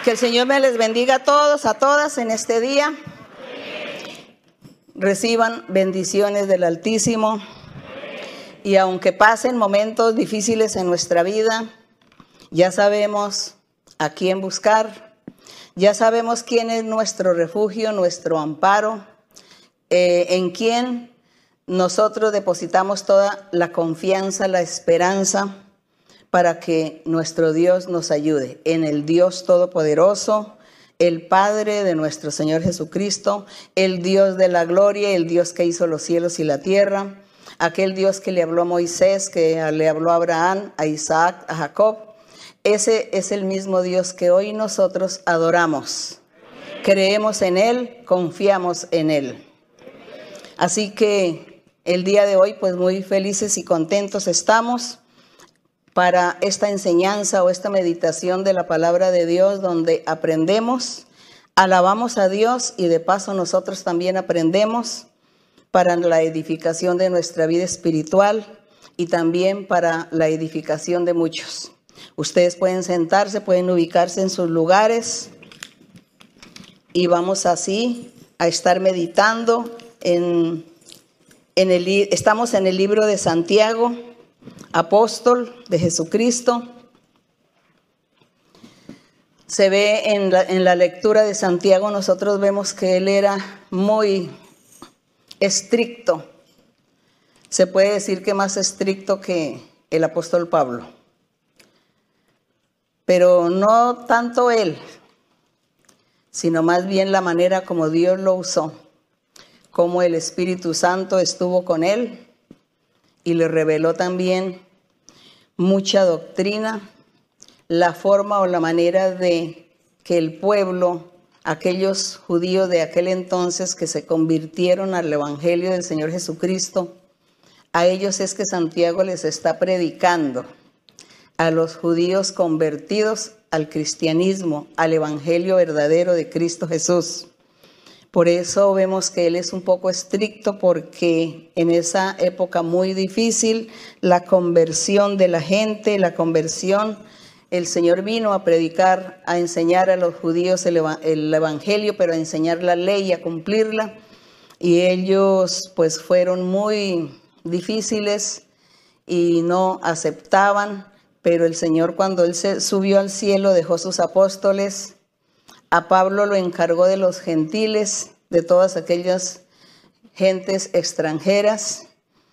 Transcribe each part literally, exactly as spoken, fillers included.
Que el Señor me les bendiga a todos, a todas en este día. Reciban bendiciones del Altísimo. Y aunque pasen momentos difíciles en nuestra vida, ya sabemos a quién buscar. Ya sabemos quién es nuestro refugio, nuestro amparo, eh, en quién nosotros depositamos toda la confianza, la esperanza, para que nuestro Dios nos ayude, en el Dios Todopoderoso, el Padre de nuestro Señor Jesucristo, el Dios de la gloria, el Dios que hizo los cielos y la tierra, aquel Dios que le habló a Moisés, que le habló a Abraham, a Isaac, a Jacob. Ese es el mismo Dios que hoy nosotros adoramos. Creemos en Él, confiamos en Él. Así que el día de hoy, pues muy felices y contentos estamos para esta enseñanza o esta meditación de la palabra de Dios, donde aprendemos, alabamos a Dios y de paso nosotros también aprendemos para la edificación de nuestra vida espiritual y también para la edificación de muchos. Ustedes pueden sentarse, pueden ubicarse en sus lugares y vamos así a estar meditando en, en el, estamos en el libro de Santiago, apóstol de Jesucristo. Se ve en la, en la lectura de Santiago, nosotros vemos que él era muy estricto. Se puede decir que más estricto que el apóstol Pablo. Pero no tanto él, sino más bien la manera como Dios lo usó, como el Espíritu Santo estuvo con él y le reveló también mucha doctrina, la forma o la manera de que el pueblo, aquellos judíos de aquel entonces que se convirtieron al evangelio del Señor Jesucristo, a ellos es que Santiago les está predicando, a los judíos convertidos al cristianismo, al evangelio verdadero de Cristo Jesús. Por eso vemos que él es un poco estricto, porque en esa época muy difícil, la conversión de la gente, la conversión, el Señor vino a predicar, a enseñar a los judíos el, el evangelio, pero a enseñar la ley, a cumplirla. Y ellos pues fueron muy difíciles y no aceptaban, pero el Señor, cuando él se subió al cielo, dejó sus apóstoles. A Pablo lo encargó de los gentiles, de todas aquellas gentes extranjeras,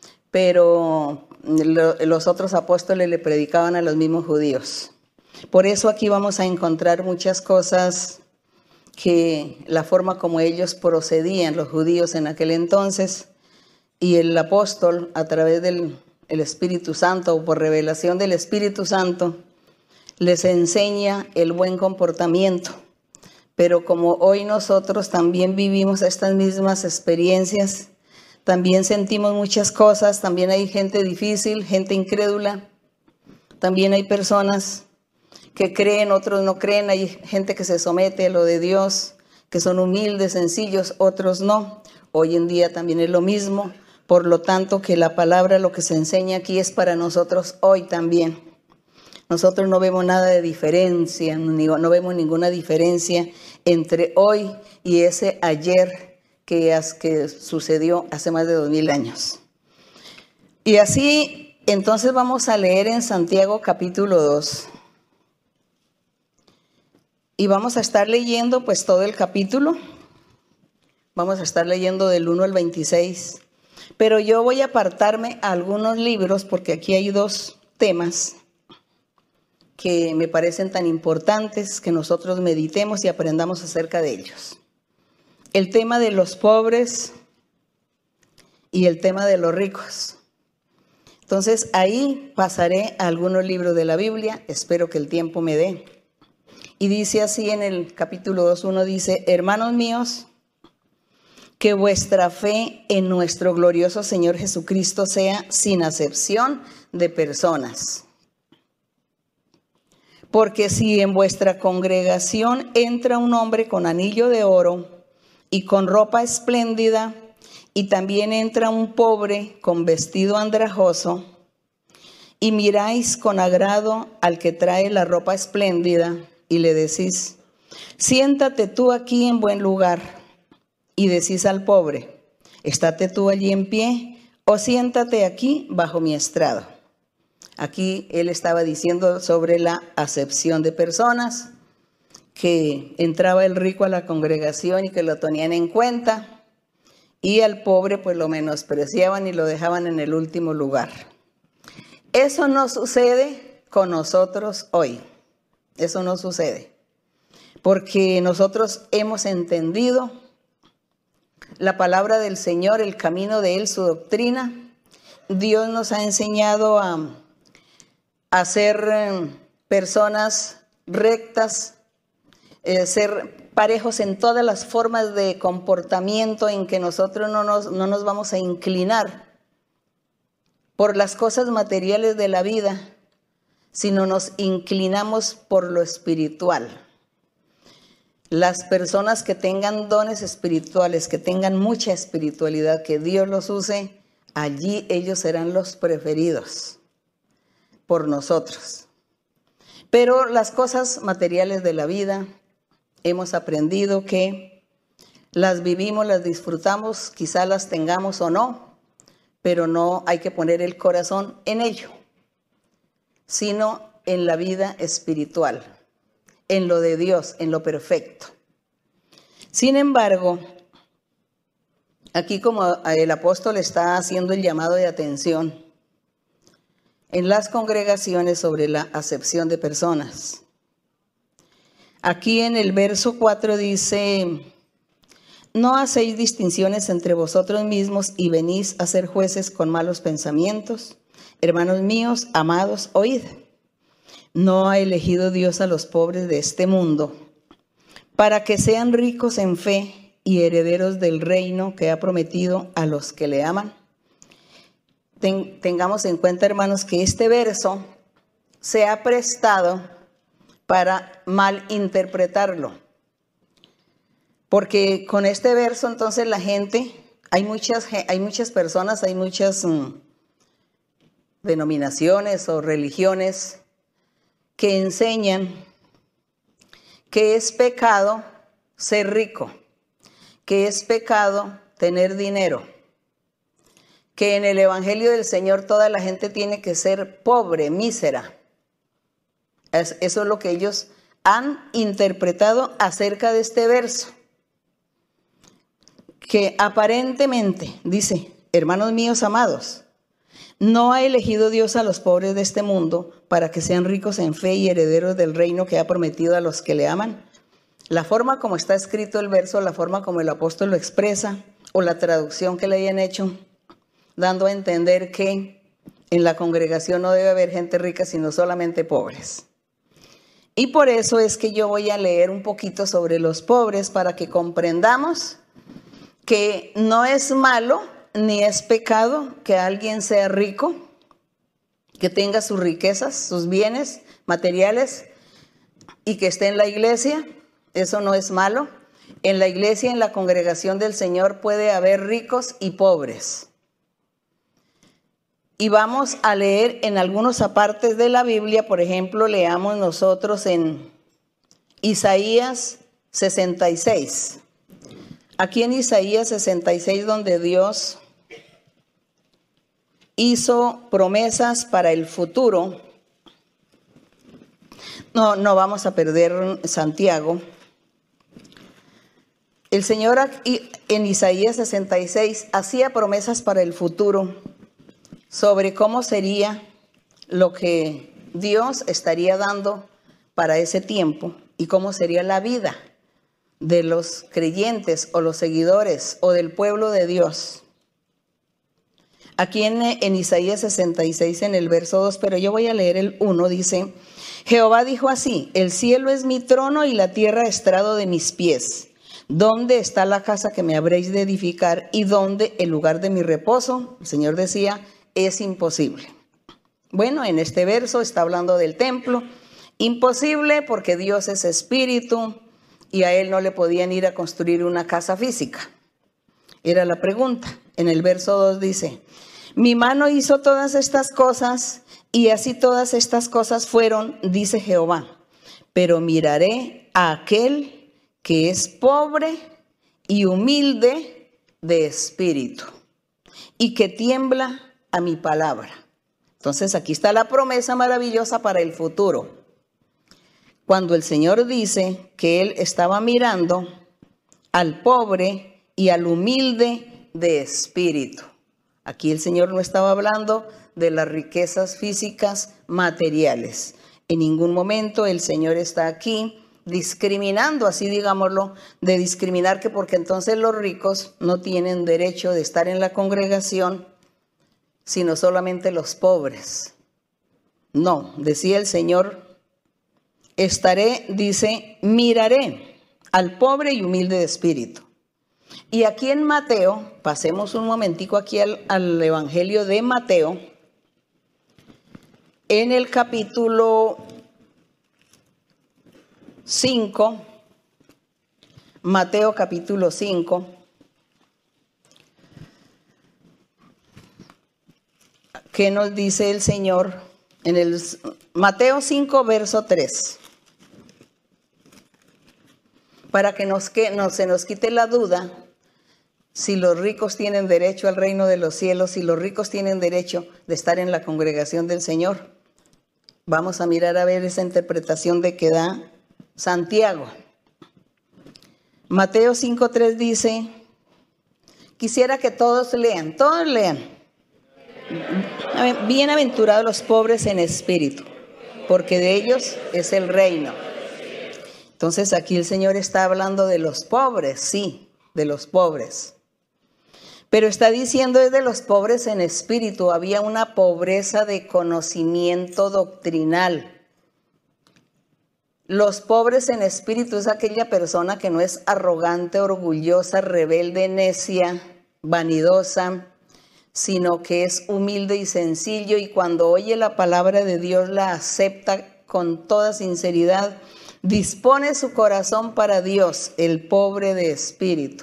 pero lo, los otros apóstoles le predicaban a los mismos judíos. Por eso aquí vamos a encontrar muchas cosas que la forma como ellos procedían, los judíos en aquel entonces, y el apóstol a través del el Espíritu Santo o por revelación del Espíritu Santo les enseña el buen comportamiento. Pero como hoy nosotros también vivimos estas mismas experiencias, también sentimos muchas cosas, también hay gente difícil, gente incrédula, también hay personas que creen, otros no creen, hay gente que se somete a lo de Dios, que son humildes, sencillos, otros no. Hoy en día también es lo mismo, por lo tanto que la palabra, lo que se enseña aquí es para nosotros hoy también. Nosotros no vemos nada de diferencia, no vemos ninguna diferencia entre hoy y ese ayer que, que sucedió hace más de dos mil años. Y así, entonces vamos a leer en Santiago capítulo dos. Y vamos a estar leyendo pues todo el capítulo. Vamos a estar leyendo del uno al veintiséis. Pero yo voy a apartarme a algunos libros porque aquí hay dos temas que me parecen tan importantes que nosotros meditemos y aprendamos acerca de ellos. El tema de los pobres y el tema de los ricos. Entonces ahí pasaré a algunos libros de la Biblia, espero que el tiempo me dé. Y dice así en el capítulo dos, uno dice: hermanos míos, que vuestra fe en nuestro glorioso Señor Jesucristo sea sin acepción de personas. Porque si en vuestra congregación entra un hombre con anillo de oro y con ropa espléndida, y también entra un pobre con vestido andrajoso, y miráis con agrado al que trae la ropa espléndida, y le decís: Siéntate tú aquí en buen lugar, y decís al pobre, estate tú allí en pie, o siéntate aquí bajo mi estrado. Aquí él estaba diciendo sobre la acepción de personas, que entraba el rico a la congregación y que lo tenían en cuenta, y al pobre pues lo menospreciaban y lo dejaban en el último lugar. Eso no sucede con nosotros hoy, eso no sucede, porque nosotros hemos entendido la palabra del Señor, el camino de Él, su doctrina. Dios nos ha enseñado a, a ser personas rectas, eh, ser parejos en todas las formas de comportamiento, en que nosotros no nos, no nos vamos a inclinar por las cosas materiales de la vida, sino nos inclinamos por lo espiritual. Las personas que tengan dones espirituales, que tengan mucha espiritualidad, que Dios los use, allí ellos serán los preferidos por nosotros. Pero las cosas materiales de la vida, hemos aprendido que las vivimos, las disfrutamos, quizá las tengamos o no, pero no hay que poner el corazón en ello, sino en la vida espiritual, en lo de Dios, en lo perfecto. Sin embargo, aquí como el apóstol está haciendo el llamado de atención en las congregaciones sobre la acepción de personas. Aquí en el verso cuatro dice, no hacéis distinciones entre vosotros mismos y venís a ser jueces con malos pensamientos. Hermanos míos, amados, oíd. No ha elegido Dios a los pobres de este mundo para que sean ricos en fe y herederos del reino que ha prometido a los que le aman. Ten, tengamos en cuenta, hermanos, que este verso se ha prestado para malinterpretarlo. Porque con este verso entonces la gente, hay muchas, hay muchas personas, hay muchas um, denominaciones o religiones que enseñan que es pecado ser rico, que es pecado tener dinero, que en el Evangelio del Señor toda la gente tiene que ser pobre, mísera. Eso es lo que ellos han interpretado acerca de este verso, que aparentemente dice, hermanos míos amados, no ha elegido Dios a los pobres de este mundo para que sean ricos en fe y herederos del reino que ha prometido a los que le aman. La forma como está escrito el verso, la forma como el apóstol lo expresa, o la traducción que le hayan hecho, dando a entender que en la congregación no debe haber gente rica, sino solamente pobres. Y por eso es que yo voy a leer un poquito sobre los pobres para que comprendamos que no es malo ni es pecado que alguien sea rico, que tenga sus riquezas, sus bienes materiales y que esté en la iglesia. Eso no es malo. En la iglesia, en la congregación del Señor puede haber ricos y pobres. Y vamos a leer en algunos apartes de la Biblia, por ejemplo, leamos nosotros en Isaías sesenta y seis. Aquí en Isaías sesenta y seis, donde Dios hizo promesas para el futuro. No, no vamos a perder Santiago. El Señor en Isaías sesenta y seis hacía promesas para el futuro sobre cómo sería lo que Dios estaría dando para ese tiempo y cómo sería la vida de los creyentes o los seguidores o del pueblo de Dios. Aquí en, en Isaías sesenta y seis, en el verso dos, pero yo voy a leer el uno, dice, Jehová dijo así, el cielo es mi trono y la tierra estrado de mis pies. ¿Dónde está la casa que me habréis de edificar y dónde el lugar de mi reposo? El Señor decía, es imposible. Bueno, en este verso está hablando del templo. Imposible porque Dios es espíritu y a Él no le podían ir a construir una casa física. Era la pregunta. En el verso dos dice, mi mano hizo todas estas cosas y así todas estas cosas fueron, dice Jehová. Pero miraré a aquel que es pobre y humilde de espíritu y que tiembla a mi palabra. Entonces aquí está la promesa maravillosa para el futuro. Cuando el Señor dice que Él estaba mirando al pobre y al humilde de espíritu. Aquí el Señor no estaba hablando de las riquezas físicas materiales. En ningún momento el Señor está aquí discriminando, así digámoslo, de discriminar que porque entonces los ricos no tienen derecho de estar en la congregación, sino solamente los pobres. No, decía el Señor, estaré, dice, miraré al pobre y humilde de espíritu. Y aquí en Mateo, pasemos un momentico aquí al, al Evangelio de Mateo, en el capítulo cinco, Mateo capítulo cinco, ¿qué nos dice el Señor? En el Mateo cinco, verso tres. Para que nos, que no se nos quite la duda, si los ricos tienen derecho al reino de los cielos, si los ricos tienen derecho de estar en la congregación del Señor. Vamos a mirar a ver esa interpretación de que da Santiago. Mateo cinco tres dice, quisiera que todos lean, todos lean. Bienaventurados los pobres en espíritu, porque de ellos es el reino. Entonces aquí el Señor está hablando de los pobres, sí, de los pobres. Pero está diciendo es de los pobres en espíritu. Había una pobreza de conocimiento doctrinal. Los pobres en espíritu es aquella persona que no es arrogante, orgullosa, rebelde, necia, vanidosa, sino que es humilde y sencillo, y cuando oye la palabra de Dios la acepta con toda sinceridad, dispone su corazón para Dios, el pobre de espíritu.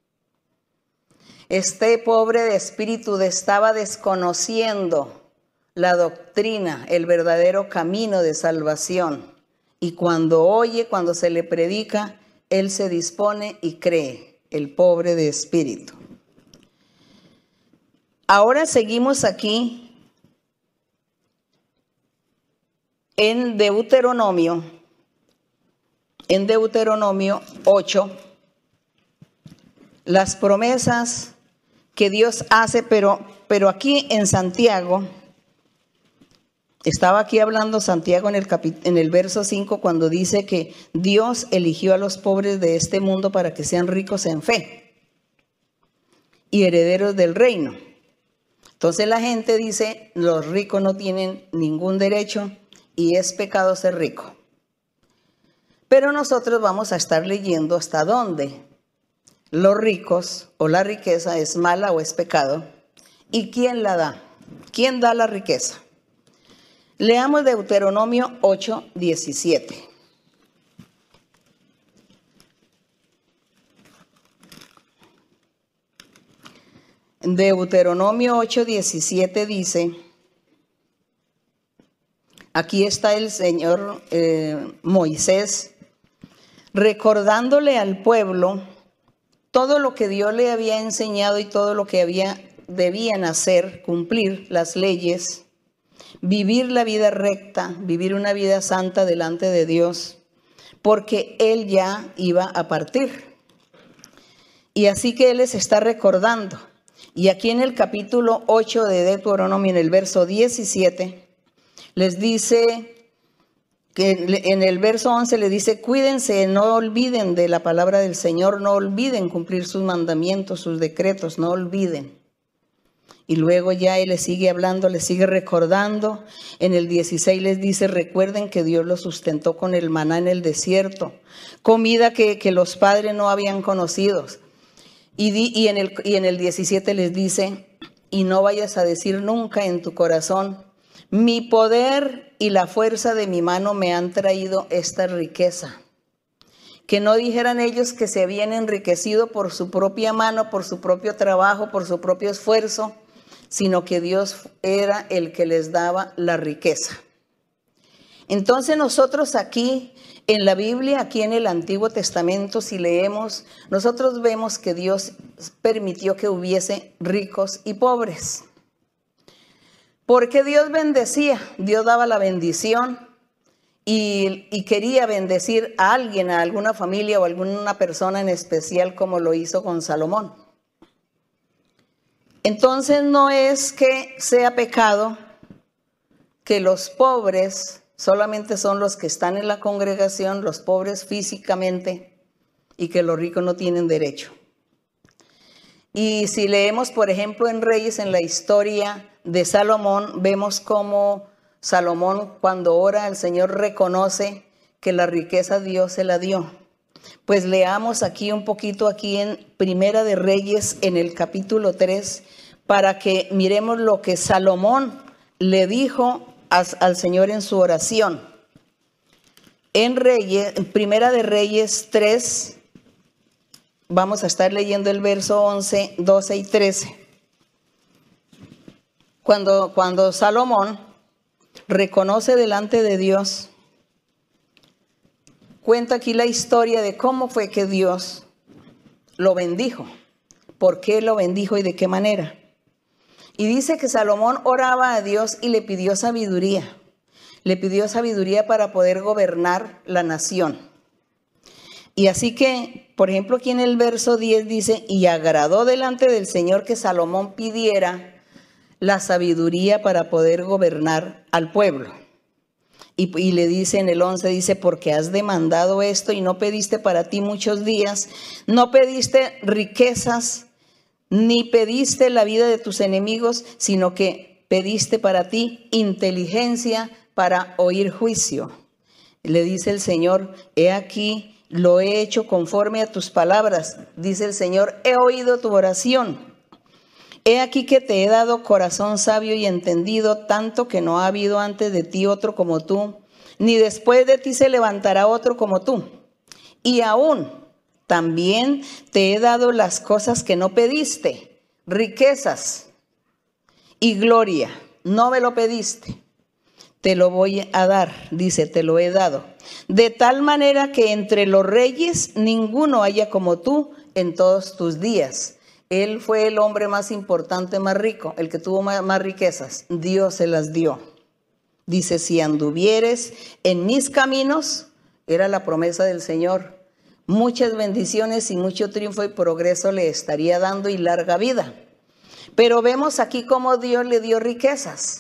Este pobre de espíritu estaba desconociendo la doctrina, el verdadero camino de salvación. Y cuando oye, cuando se le predica, él se dispone y cree, el pobre de espíritu. Ahora seguimos aquí en Deuteronomio, en Deuteronomio ocho, las promesas que Dios hace, pero, pero aquí en Santiago, estaba aquí hablando Santiago en el, capit- en el verso cinco cuando dice que Dios eligió a los pobres de este mundo para que sean ricos en fe y herederos del reino. Entonces la gente dice, los ricos no tienen ningún derecho y es pecado ser rico. Pero nosotros vamos a estar leyendo hasta dónde los ricos o la riqueza es mala o es pecado y quién la da, quién da la riqueza. Leamos Deuteronomio ocho diecisiete. Deuteronomio ocho diecisiete dice, aquí está el Señor eh, Moisés recordándole al pueblo todo lo que Dios le había enseñado y todo lo que había, debían hacer, cumplir las leyes, vivir la vida recta, vivir una vida santa delante de Dios, porque Él ya iba a partir. Y así que Él les está recordando. Y aquí en el capítulo ocho de Deuteronomio, en el verso diecisiete, les dice que en el verso once le dice, cuídense, no olviden de la palabra del Señor, no olviden cumplir sus mandamientos, sus decretos, no olviden. Y luego ya Él les sigue hablando, les sigue recordando. En el dieciséis les dice, recuerden que Dios los sustentó con el maná en el desierto, comida que, que los padres no habían conocido. Y, di, y, en el, y en el diecisiete les dice, y no vayas a decir nunca en tu corazón, mi poder y la fuerza de mi mano me han traído esta riqueza. Que no dijeran ellos que se habían enriquecido por su propia mano, por su propio trabajo, por su propio esfuerzo, sino que Dios era el que les daba la riqueza. Entonces nosotros aquí en la Biblia, aquí en el Antiguo Testamento, si leemos, nosotros vemos que Dios permitió que hubiese ricos y pobres. Porque Dios bendecía, Dios daba la bendición y, y quería bendecir a alguien, a alguna familia o a alguna persona en especial, como lo hizo con Salomón. Entonces no es que sea pecado que los pobres solamente son los que están en la congregación, los pobres físicamente, y que los ricos no tienen derecho. Y si leemos, por ejemplo, en Reyes, en la historia de Salomón, vemos cómo Salomón, cuando ora, el Señor reconoce que la riqueza Dios se la dio. Pues leamos aquí un poquito, aquí en Primera de Reyes, en el capítulo tres, para que miremos lo que Salomón le dijo al Señor en su oración. En Reyes, en Primera de Reyes tres, vamos a estar leyendo el verso once, doce y trece. Cuando, cuando Salomón reconoce delante de Dios, cuenta aquí la historia de cómo fue que Dios lo bendijo, por qué lo bendijo y de qué manera. Y dice que Salomón oraba a Dios y le pidió sabiduría. Le pidió sabiduría para poder gobernar la nación. Y así que, por ejemplo, aquí en el verso diez dice, y agradó delante del Señor que Salomón pidiera la sabiduría para poder gobernar al pueblo. Y, y le dice en el once, dice, porque has demandado esto y no pediste para ti muchos días, no pediste riquezas, ni pediste la vida de tus enemigos, sino que pediste para ti inteligencia para oír juicio. Le dice el Señor, he aquí, lo he hecho conforme a tus palabras. Dice el Señor, he oído tu oración. He aquí que te he dado corazón sabio y entendido, tanto que no ha habido antes de ti otro como tú, ni después de ti se levantará otro como tú. Y aún también te he dado las cosas que no pediste, riquezas y gloria. No me lo pediste, te lo voy a dar, dice, te lo he dado. De tal manera que entre los reyes ninguno haya como tú en todos tus días. Él fue el hombre más importante, más rico, el que tuvo más, más riquezas. Dios se las dio. Dice, si anduvieres en mis caminos, era la promesa del Señor. Muchas bendiciones y mucho triunfo y progreso le estaría dando y larga vida. Pero vemos aquí cómo Dios le dio riquezas.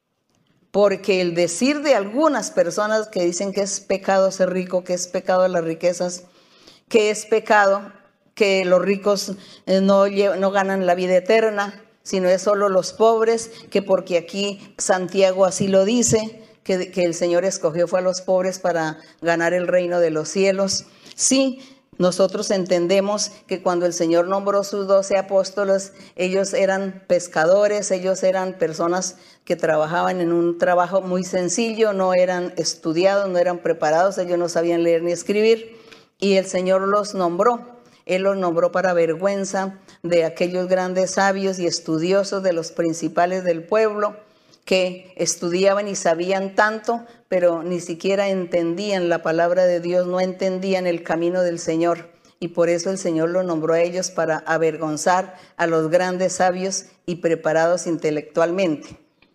Porque el decir de algunas personas que dicen que es pecado ser rico, que es pecado las riquezas, que es pecado que los ricos no, no ganan la vida eterna, sino es solo los pobres, que porque aquí Santiago así lo dice, que, que el Señor escogió fue a los pobres para ganar el reino de los cielos. Sí, nosotros entendemos que cuando el Señor nombró sus doce apóstoles, ellos eran pescadores, ellos eran personas que trabajaban en un trabajo muy sencillo, no eran estudiados, no eran preparados, ellos no sabían leer ni escribir, y el Señor los nombró. Él los nombró para vergüenza de aquellos grandes sabios y estudiosos de los principales del pueblo, que estudiaban y sabían tanto, pero ni siquiera entendían la palabra de Dios, no entendían el camino del Señor. Y por eso el Señor los nombró a ellos para avergonzar a los grandes sabios y preparados intelectualmente.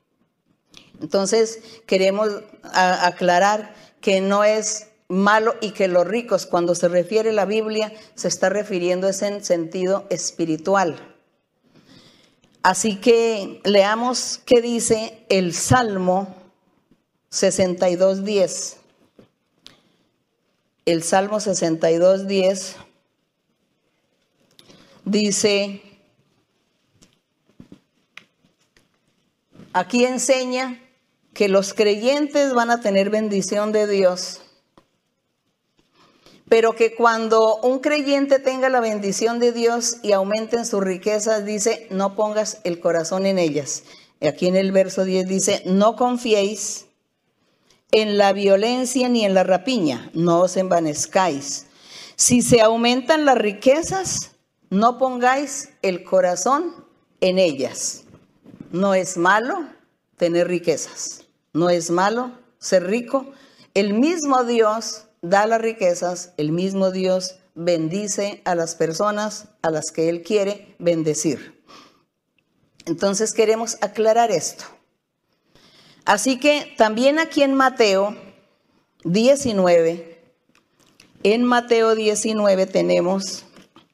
Entonces, queremos a, aclarar que no es malo y que los ricos, cuando se refiere la Biblia, se está refiriendo es en sentido espiritual. Así que leamos qué dice el Salmo sesenta y dos diez. El Salmo sesenta y dos diez dice, aquí enseña que los creyentes van a tener bendición de Dios, pero que cuando un creyente tenga la bendición de Dios y aumenten sus riquezas, dice, no pongas el corazón en ellas. Aquí en el verso diez dice, no confiéis en la violencia ni en la rapiña, no os envanezcáis. Si se aumentan las riquezas, no pongáis el corazón en ellas. No es malo tener riquezas, no es malo ser rico. El mismo Dios da las riquezas, el mismo Dios bendice a las personas a las que Él quiere bendecir. Entonces queremos aclarar esto. Así que también aquí en Mateo diecinueve, en Mateo diecinueve tenemos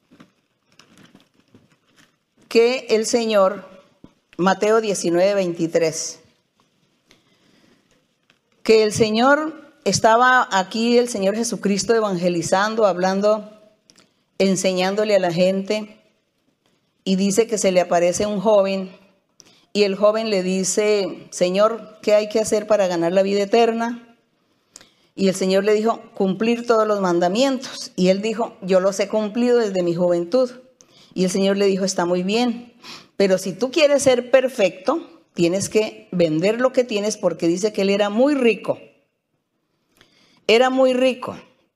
que el Señor, Mateo diecinueve, veintitrés, que el Señor estaba aquí, el Señor Jesucristo evangelizando, hablando, enseñándole a la gente, y dice que se le aparece un joven, y el joven le dice: Señor, ¿qué hay que hacer para ganar la vida eterna? Y el Señor le dijo: cumplir todos los mandamientos. Y él dijo: yo los he cumplido desde mi juventud. Y el Señor le dijo: está muy bien, pero si tú quieres ser perfecto, tienes que vender lo que tienes, porque dice que él era muy rico. Era muy rico.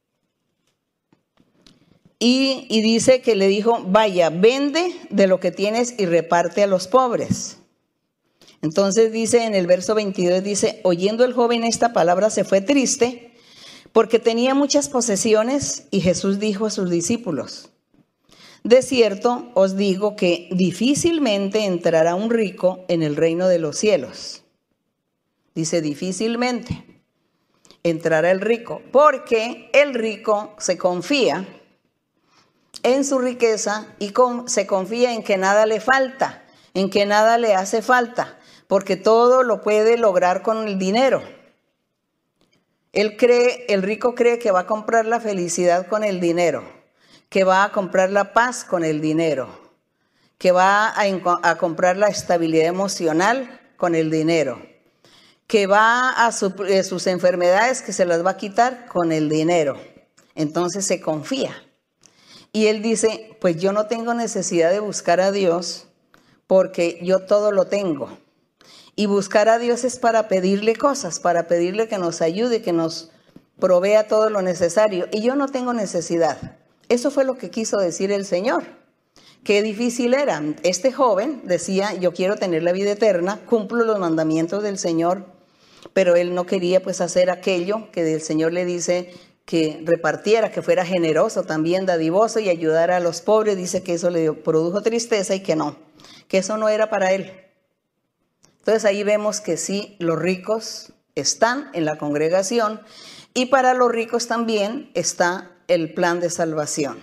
Y, y dice que le dijo: vaya, vende de lo que tienes y reparte a los pobres. Entonces dice en el verso veintidós, dice: oyendo el joven esta palabra se fue triste, porque tenía muchas posesiones, y Jesús dijo a sus discípulos: de cierto os digo que difícilmente entrará un rico en el reino de los cielos. Dice: difícilmente entrará el rico, porque el rico se confía en su riqueza y con, se confía en que nada le falta, en que nada le hace falta, porque todo lo puede lograr con el dinero. Él cree, el rico cree que va a comprar la felicidad con el dinero, que va a comprar la paz con el dinero, que va a, a comprar la estabilidad emocional con el dinero, que va a su, eh, sus enfermedades, que se las va a quitar con el dinero. Entonces se confía. Y él dice: pues yo no tengo necesidad de buscar a Dios, porque yo todo lo tengo. Y buscar a Dios es para pedirle cosas, para pedirle que nos ayude, que nos provea todo lo necesario. Y yo no tengo necesidad. Eso fue lo que quiso decir el Señor. Qué difícil era. Este joven decía: yo quiero tener la vida eterna, cumplo los mandamientos del Señor, pero él no quería pues hacer aquello que el Señor le dice que repartiera, que fuera generoso también, dadivoso, y ayudara a los pobres. Dice que eso le produjo tristeza y que no, que eso no era para él. Entonces ahí vemos que sí, los ricos están en la congregación, y para los ricos también está el plan de salvación.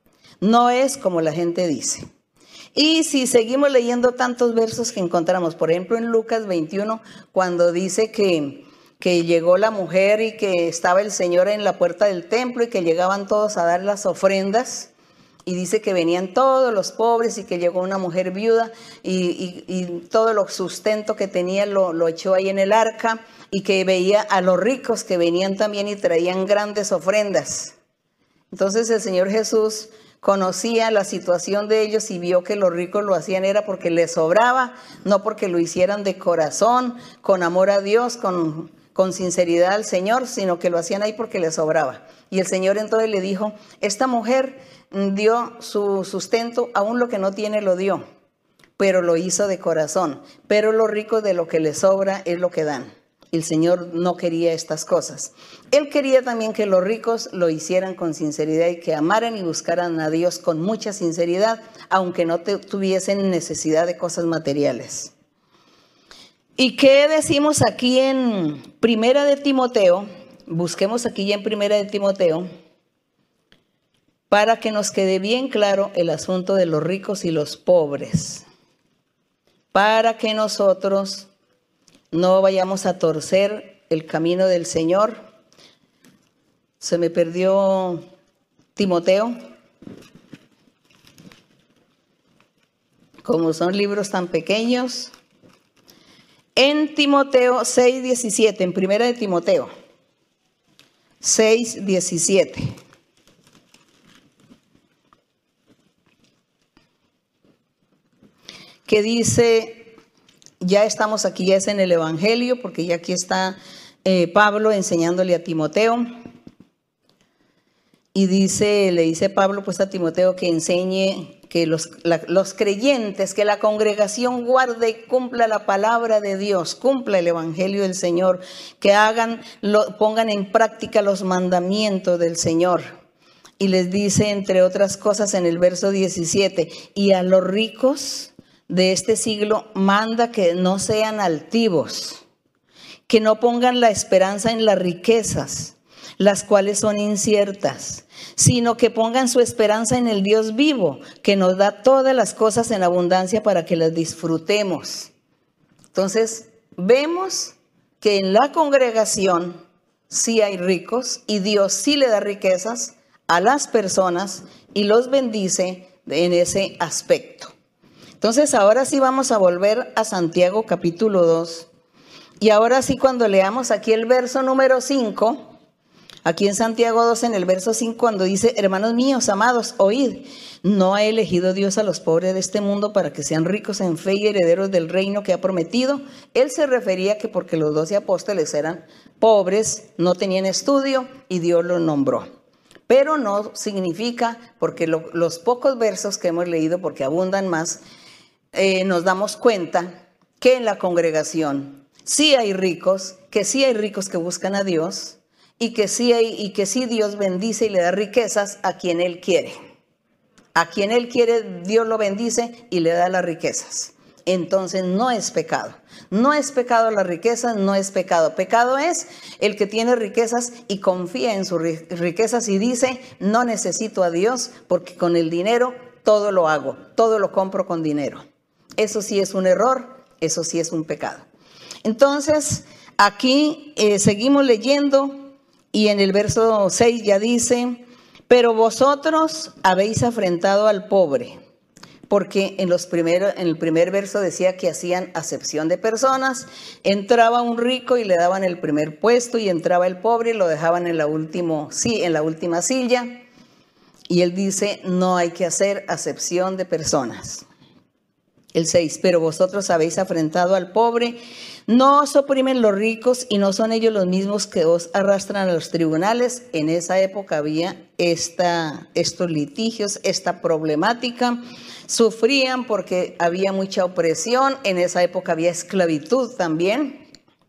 No es como la gente dice. Y si seguimos leyendo tantos versos que encontramos, por ejemplo en Lucas veintiuno, cuando dice que, que llegó la mujer y que estaba el Señor en la puerta del templo y que llegaban todos a dar las ofrendas, y dice que venían todos los pobres y que llegó una mujer viuda y, y, y todo el sustento que tenía lo, lo echó ahí en el arca, y que veía a los ricos que venían también y traían grandes ofrendas. Entonces el Señor Jesús conocía la situación de ellos y vio que los ricos lo hacían era porque les sobraba, no porque lo hicieran de corazón, con amor a Dios, con, con sinceridad al Señor, sino que lo hacían ahí porque les sobraba. Y el Señor entonces le dijo: esta mujer dio su sustento, aún lo que no tiene lo dio, pero lo hizo de corazón. Pero los ricos de lo que les sobra es lo que dan. El Señor no quería estas cosas. Él quería también que los ricos lo hicieran con sinceridad y que amaran y buscaran a Dios con mucha sinceridad, aunque no te, tuviesen necesidad de cosas materiales. ¿Y qué decimos aquí en Primera de Timoteo? Busquemos aquí ya en Primera de Timoteo, para que nos quede bien claro el asunto de los ricos y los pobres, para que nosotros no vayamos a torcer el camino del Señor. Se me perdió Timoteo. Como son libros tan pequeños. En Timoteo seis diecisiete, en Primera de Timoteo seis diecisiete. Que dice, ya estamos aquí, ya es en el Evangelio, porque ya aquí está eh, Pablo enseñándole a Timoteo. Y dice, le dice Pablo pues a Timoteo que enseñe que los, la, los creyentes, que la congregación guarde y cumpla la palabra de Dios, cumpla el evangelio del Señor, que hagan, lo, pongan en práctica los mandamientos del Señor. Y les dice, entre otras cosas, en el verso diecisiete, y a los ricos de este siglo manda que no sean altivos, que no pongan la esperanza en las riquezas, las cuales son inciertas, sino que pongan su esperanza en el Dios vivo, que nos da todas las cosas en abundancia para que las disfrutemos. Entonces, vemos que en la congregación sí hay ricos y Dios sí le da riquezas a las personas y los bendice en ese aspecto. Entonces, ahora sí vamos a volver a Santiago capítulo dos. Y ahora sí, cuando leamos aquí el verso número cinco, aquí en Santiago dos, en el verso cinco, cuando dice, hermanos míos, amados, oíd, ¿no ha elegido Dios a los pobres de este mundo para que sean ricos en fe y herederos del reino que ha prometido? Él se refería que porque los doce apóstoles eran pobres, no tenían estudio y Dios los nombró. Pero no significa, porque lo, los pocos versos que hemos leído, porque abundan más, eh, nos damos cuenta que en la congregación sí hay ricos, que sí hay ricos que buscan a Dios, y que sí hay, y que sí Dios bendice y le da riquezas a quien Él quiere. A quien Él quiere, Dios lo bendice y le da las riquezas. Entonces no es pecado. No es pecado las riquezas, no es pecado. Pecado es el que tiene riquezas y confía en sus riquezas y dice, no necesito a Dios porque con el dinero todo lo hago, todo lo compro con dinero. Eso sí es un error, eso sí es un pecado. Entonces, aquí eh, seguimos leyendo y en el verso seis ya dice, pero vosotros habéis afrentado al pobre, porque en, los primeros, en el primer verso decía que hacían acepción de personas, entraba un rico y le daban el primer puesto y entraba el pobre y lo dejaban en la, último, sí, en la última silla. Y él dice, no hay que hacer acepción de personas. El seis, pero vosotros habéis afrentado al pobre, no os oprimen los ricos y no son ellos los mismos que os arrastran a los tribunales. En esa época había esta, estos litigios, esta problemática. Sufrían porque había mucha opresión, en esa época había esclavitud también.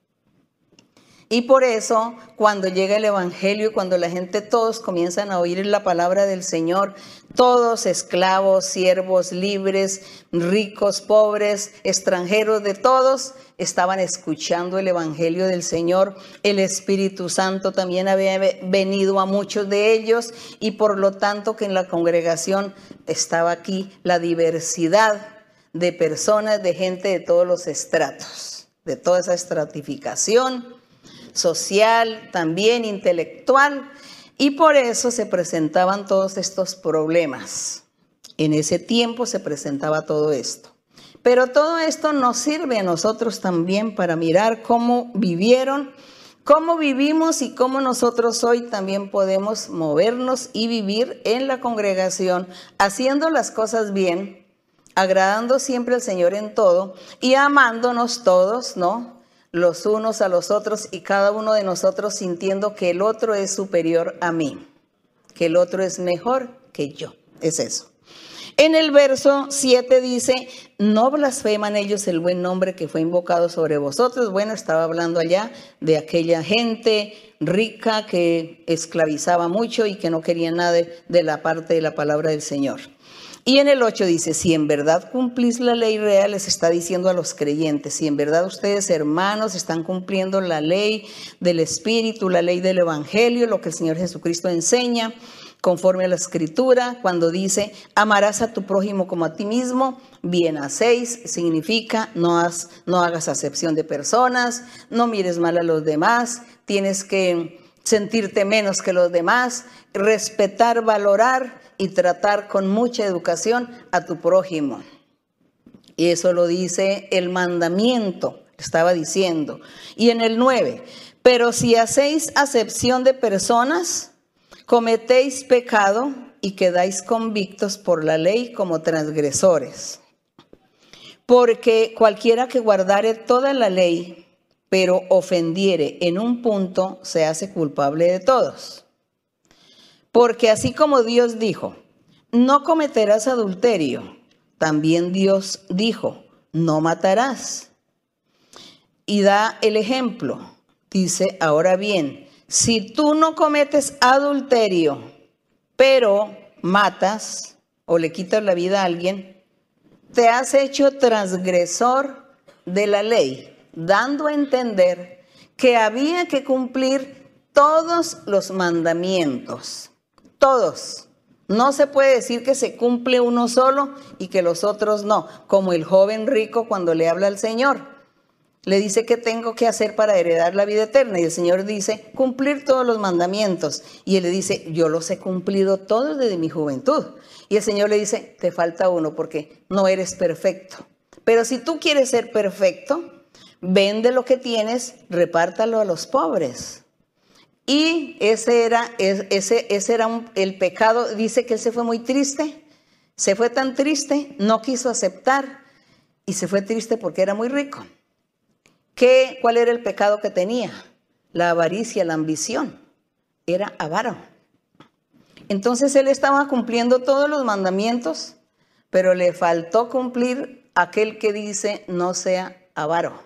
Y por eso, cuando llega el evangelio y cuando la gente, todos comienzan a oír la palabra del Señor, todos esclavos, siervos, libres, ricos, pobres, extranjeros, de todos, estaban escuchando el evangelio del Señor. El Espíritu Santo también había venido a muchos de ellos y por lo tanto que en la congregación estaba aquí la diversidad de personas, de gente de todos los estratos, de toda esa estratificación social, también intelectual, y por eso se presentaban todos estos problemas. En ese tiempo se presentaba todo esto. Pero todo esto nos sirve a nosotros también para mirar cómo vivieron, cómo vivimos y cómo nosotros hoy también podemos movernos y vivir en la congregación, haciendo las cosas bien, agradando siempre al Señor en todo y amándonos todos, ¿no?, los unos a los otros y cada uno de nosotros sintiendo que el otro es superior a mí, que el otro es mejor que yo. Es eso. En el verso siete dice, no blasfeman ellos el buen nombre que fue invocado sobre vosotros. Bueno, estaba hablando allá de aquella gente rica que esclavizaba mucho y que no quería nada de, de la parte de la palabra del Señor. Y en el ocho dice, si en verdad cumplís la ley real, les está diciendo a los creyentes, si en verdad ustedes, hermanos, están cumpliendo la ley del Espíritu, la ley del Evangelio, lo que el Señor Jesucristo enseña, conforme a la Escritura, cuando dice, amarás a tu prójimo como a ti mismo, bien hacéis, significa no, has, no hagas acepción de personas, no mires mal a los demás, tienes que sentirte menos que los demás, respetar, valorar y tratar con mucha educación a tu prójimo. Y eso lo dice el mandamiento, estaba diciendo. Y en el nueve, pero si hacéis acepción de personas, cometéis pecado y quedáis convictos por la ley como transgresores. Porque cualquiera que guardare toda la ley, pero ofendiere en un punto, se hace culpable de todos. Porque así como Dios dijo, no cometerás adulterio. También Dios dijo, no matarás. Y da el ejemplo. Dice, ahora bien, si tú no cometes adulterio, pero matas o le quitas la vida a alguien, te has hecho transgresor de la ley, dando a entender que había que cumplir todos los mandamientos. Todos. No se puede decir que se cumple uno solo y que los otros no, como el joven rico cuando le habla al Señor. Le dice qué tengo que hacer para heredar la vida eterna y el Señor dice cumplir todos los mandamientos y él le dice yo los he cumplido todos desde mi juventud y el Señor le dice te falta uno porque no eres perfecto, pero si tú quieres ser perfecto vende lo que tienes, repártalo a los pobres. Y ese era, ese, ese era un, el pecado. Dice que él se fue muy triste, se fue tan triste, no quiso aceptar y se fue triste porque era muy rico. ¿Qué, ¿Cuál era el pecado que tenía? La avaricia, la ambición. Era avaro. Entonces él estaba cumpliendo todos los mandamientos, pero le faltó cumplir aquel que dice no sea avaro,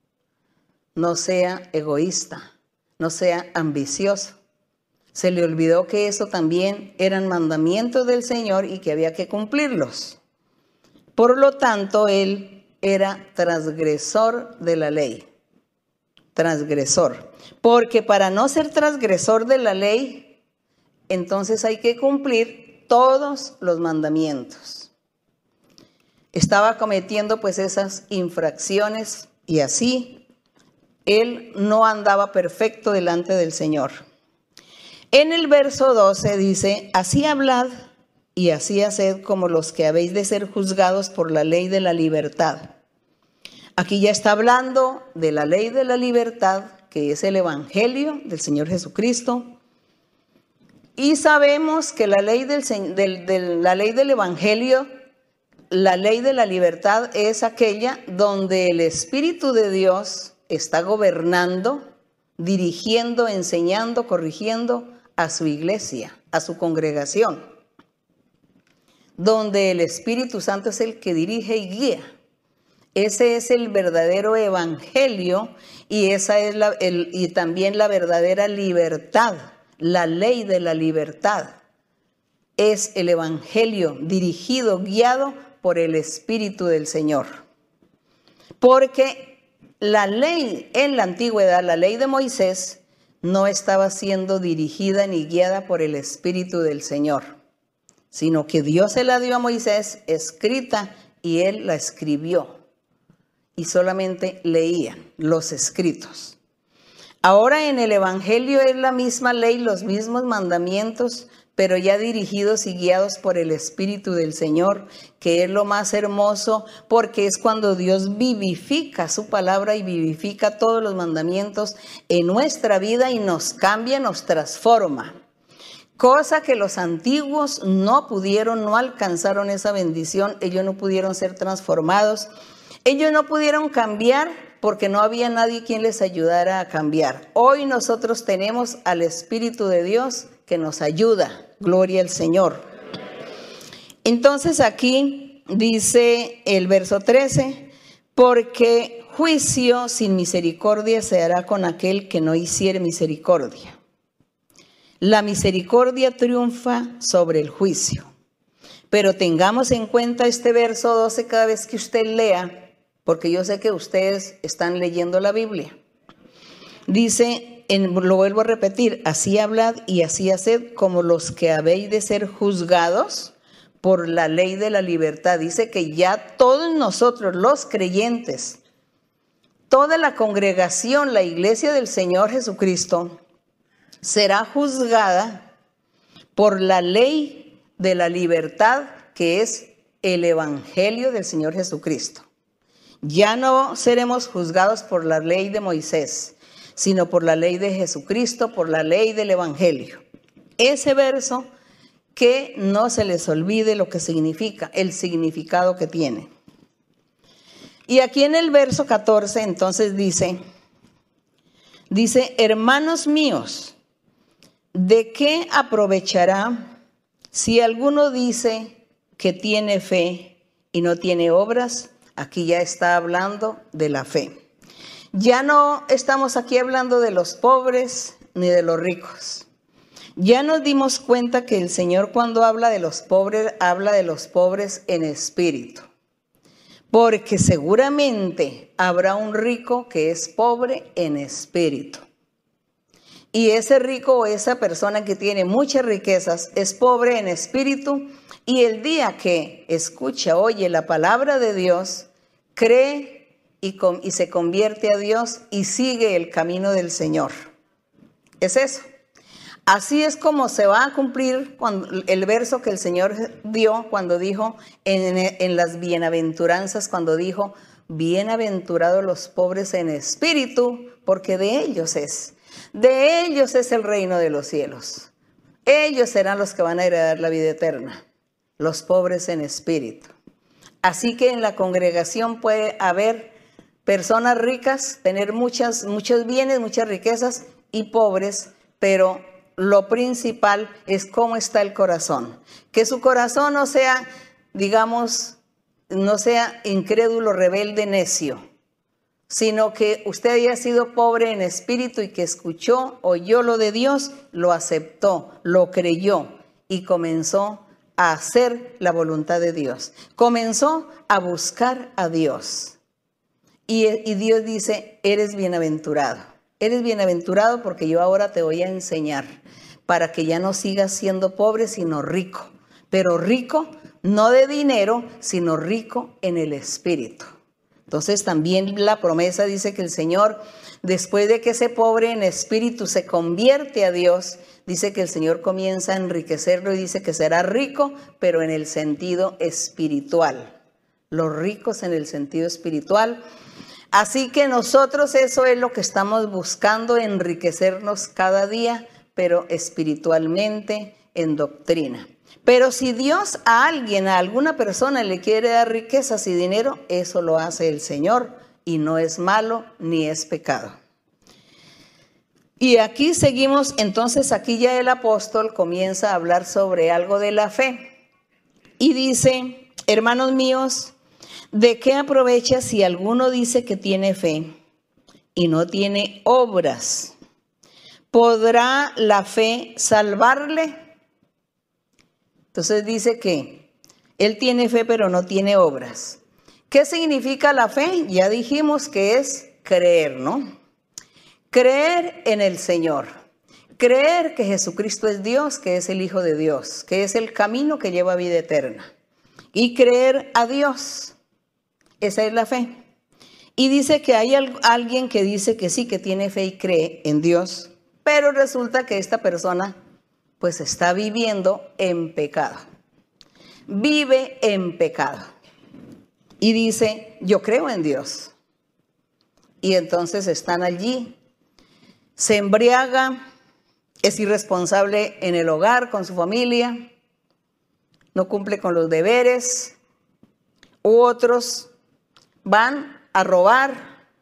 no sea egoísta, no sea ambicioso. Se le olvidó que eso también eran mandamientos del Señor y que había que cumplirlos. Por lo tanto, él era transgresor de la ley. Transgresor. Porque para no ser transgresor de la ley, entonces hay que cumplir todos los mandamientos. Estaba cometiendo pues esas infracciones y así él no andaba perfecto delante del Señor. En el verso doce dice, así hablad y así haced como los que habéis de ser juzgados por la ley de la libertad. Aquí ya está hablando de la ley de la libertad, que es el evangelio del Señor Jesucristo. Y sabemos que la ley del, del, del, la ley del evangelio, la ley de la libertad es aquella donde el Espíritu de Dios está gobernando, dirigiendo, enseñando, corrigiendo a su iglesia, a su congregación, donde el Espíritu Santo es el que dirige y guía. Ese es el verdadero evangelio y esa es la, el, y también la verdadera libertad, la ley de la libertad. Es el evangelio dirigido, guiado por el Espíritu del Señor. Porque la ley en la antigüedad, la ley de Moisés, no estaba siendo dirigida ni guiada por el Espíritu del Señor, sino que Dios se la dio a Moisés escrita y él la escribió. Y solamente leían los escritos. Ahora en el evangelio es la misma ley, los mismos mandamientos, pero ya dirigidos y guiados por el Espíritu del Señor, que es lo más hermoso, porque es cuando Dios vivifica su palabra y vivifica todos los mandamientos en nuestra vida y nos cambia, nos transforma. Cosa que los antiguos no pudieron, no alcanzaron esa bendición, ellos no pudieron ser transformados. Ellos no pudieron cambiar porque no había nadie quien les ayudara a cambiar. Hoy nosotros tenemos al Espíritu de Dios que nos ayuda. Gloria al Señor. Entonces aquí dice el verso trece, porque juicio sin misericordia se hará con aquel que no hiciere misericordia. La misericordia triunfa sobre el juicio. Pero tengamos en cuenta este verso doce cada vez que usted lea, porque yo sé que ustedes están leyendo la Biblia. Dice, en, lo vuelvo a repetir, así hablad y así haced como los que habéis de ser juzgados por la ley de la libertad. Dice que ya todos nosotros, los creyentes, toda la congregación, la iglesia del Señor Jesucristo, será juzgada por la ley de la libertad, que es el evangelio del Señor Jesucristo. Ya no seremos juzgados por la ley de Moisés, sino por la ley de Jesucristo, por la ley del evangelio. Ese verso, que no se les olvide lo que significa, el significado que tiene. Y aquí en el verso catorce entonces dice, dice, hermanos míos, ¿de qué aprovechará Si alguno dice que tiene fe y no tiene obras, aquí ya está hablando de la fe. Ya no estamos aquí hablando de los pobres ni de los ricos. Ya nos dimos cuenta que el Señor, cuando habla de los pobres, habla de los pobres en espíritu. Porque seguramente habrá un rico que es pobre en espíritu. Y ese rico o esa persona que tiene muchas riquezas es pobre en espíritu, y el día que escucha, oye la palabra de Dios, cree y, con, y se convierte a Dios y sigue el camino del Señor. Es eso. Así es como se va a cumplir cuando, el verso que el Señor dio cuando dijo en, en las bienaventuranzas, cuando dijo, bienaventurados los pobres en espíritu, porque de ellos es. De ellos es el reino de los cielos. Ellos serán los que van a heredar la vida eterna, los pobres en espíritu. Así que en la congregación puede haber personas ricas, tener muchas, muchos bienes, muchas riquezas, y pobres, pero lo principal es cómo está el corazón. Que su corazón no sea, digamos, no sea incrédulo, rebelde, necio, sino que usted haya sido pobre en espíritu y que escuchó, oyó lo de Dios, lo aceptó, lo creyó y comenzó a hacer la voluntad de Dios. Comenzó a buscar a Dios. Y, y Dios dice, eres bienaventurado. Eres bienaventurado porque yo ahora te voy a enseñar para que ya no sigas siendo pobre, sino rico. Pero rico no de dinero, sino rico en el espíritu. Entonces también la promesa dice que el Señor, después de que ese pobre en espíritu se convierte a Dios, dice que el Señor comienza a enriquecerlo y dice que será rico, pero en el sentido espiritual. Los ricos en el sentido espiritual. Así que nosotros eso es lo que estamos buscando, enriquecernos cada día, pero espiritualmente, en doctrina. Pero si Dios a alguien, a alguna persona le quiere dar riquezas y dinero, eso lo hace el Señor y no es malo ni es pecado. Y aquí seguimos, entonces aquí ya el apóstol comienza a hablar sobre algo de la fe. Y dice, hermanos míos, ¿de qué aprovecha si alguno dice que tiene fe y no tiene obras? ¿Podrá la fe salvarle? Entonces dice que él tiene fe pero no tiene obras. ¿Qué significa la fe? Ya dijimos que es creer, ¿no? Creer en el Señor. Creer que Jesucristo es Dios, que es el Hijo de Dios, que es el camino que lleva a vida eterna. Y creer a Dios. Esa es la fe. Y dice que hay alguien que dice que sí, que tiene fe y cree en Dios, pero resulta que esta persona pues está viviendo en pecado. Vive en pecado. Y dice, yo creo en Dios. Y entonces están allí, se embriaga, es irresponsable en el hogar, con su familia, no cumple con los deberes, u otros van a robar,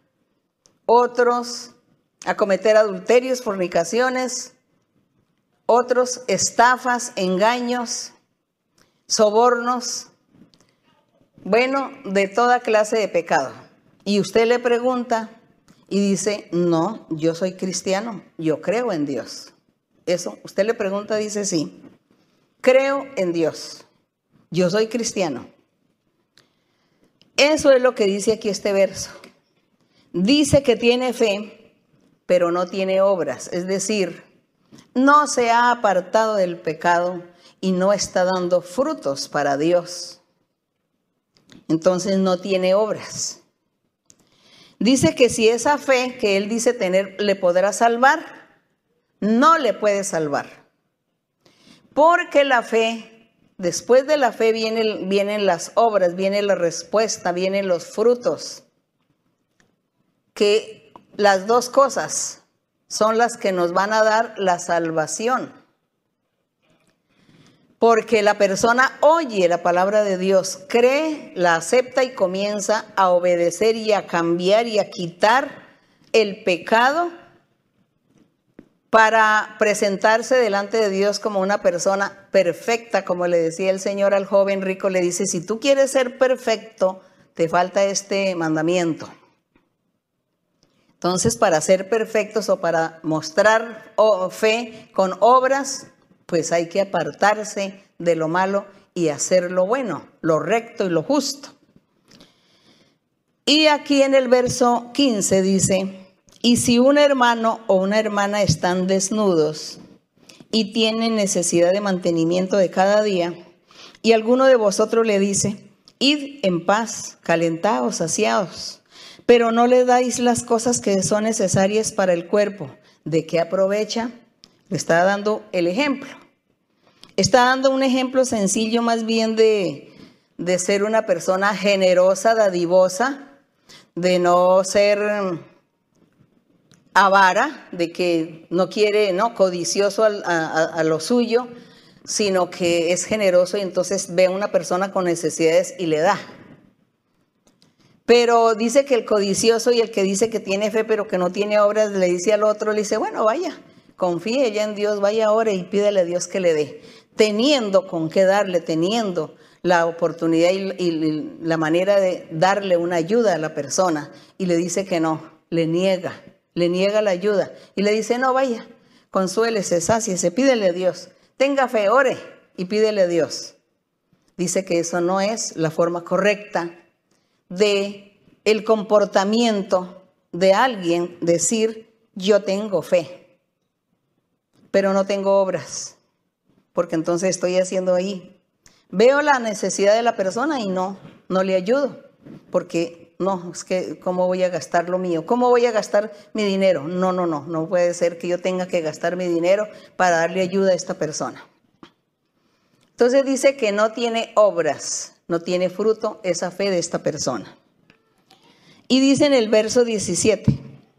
otros a cometer adulterios, fornicaciones, otros estafas, engaños, sobornos, bueno, de toda clase de pecado. Y usted le pregunta y dice, no, yo soy cristiano, yo creo en Dios. Eso, usted le pregunta, dice, sí, creo en Dios, yo soy cristiano. Eso es lo que dice aquí este verso. Dice que tiene fe, pero no tiene obras. Es decir, no se ha apartado del pecado y no está dando frutos para Dios. Entonces no tiene obras. Dice que si esa fe que él dice tener le podrá salvar, no le puede salvar. Porque la fe, después de la fe vienen, vienen las obras, viene la respuesta, vienen los frutos. Que las dos cosas son las que nos van a dar la salvación. Porque la persona oye la palabra de Dios, cree, la acepta y comienza a obedecer y a cambiar y a quitar el pecado. para presentarse delante de Dios como una persona perfecta, como le decía el Señor al joven rico, le dice, si tú quieres ser perfecto, te falta este mandamiento. Entonces, para ser perfectos o para mostrar fe con obras, pues hay que apartarse de lo malo y hacer lo bueno, lo recto y lo justo. Y aquí en el verso quince dice, y si un hermano o una hermana están desnudos y tienen necesidad de mantenimiento de cada día, y alguno de vosotros le dice, id en paz, calentaos, saciaos, pero no le dais las cosas que son necesarias para el cuerpo, ¿de qué aprovecha? Le está dando el ejemplo. Está dando un ejemplo sencillo más bien de, de ser una persona generosa, dadivosa, de no ser avara, de que no quiere, no, codicioso a, a, a lo suyo, sino que es generoso y entonces ve a una persona con necesidades y le da. Pero dice que el codicioso y el que dice que tiene fe pero que no tiene obras, le dice al otro, le dice, bueno, vaya, confíe ya en Dios, vaya, ore y pídele a Dios que le dé. Teniendo con qué darle, teniendo la oportunidad y, y la manera de darle una ayuda a la persona, y le dice que no, le niega, le niega la ayuda, y le dice, no, vaya, consuélese, sáciese, pídele a Dios, tenga fe, ore y pídele a Dios. Dice que eso no es la forma correcta de el comportamiento de alguien decir, yo tengo fe, pero no tengo obras, porque entonces estoy haciendo ahí. Veo la necesidad de la persona y no, no le ayudo, porque no, es que ¿cómo voy a gastar lo mío? ¿Cómo voy a gastar mi dinero? No, no, no, no puede ser que yo tenga que gastar mi dinero para darle ayuda a esta persona. Entonces dice que no tiene obras, no tiene fruto esa fe de esta persona. Y dice en el verso diecisiete,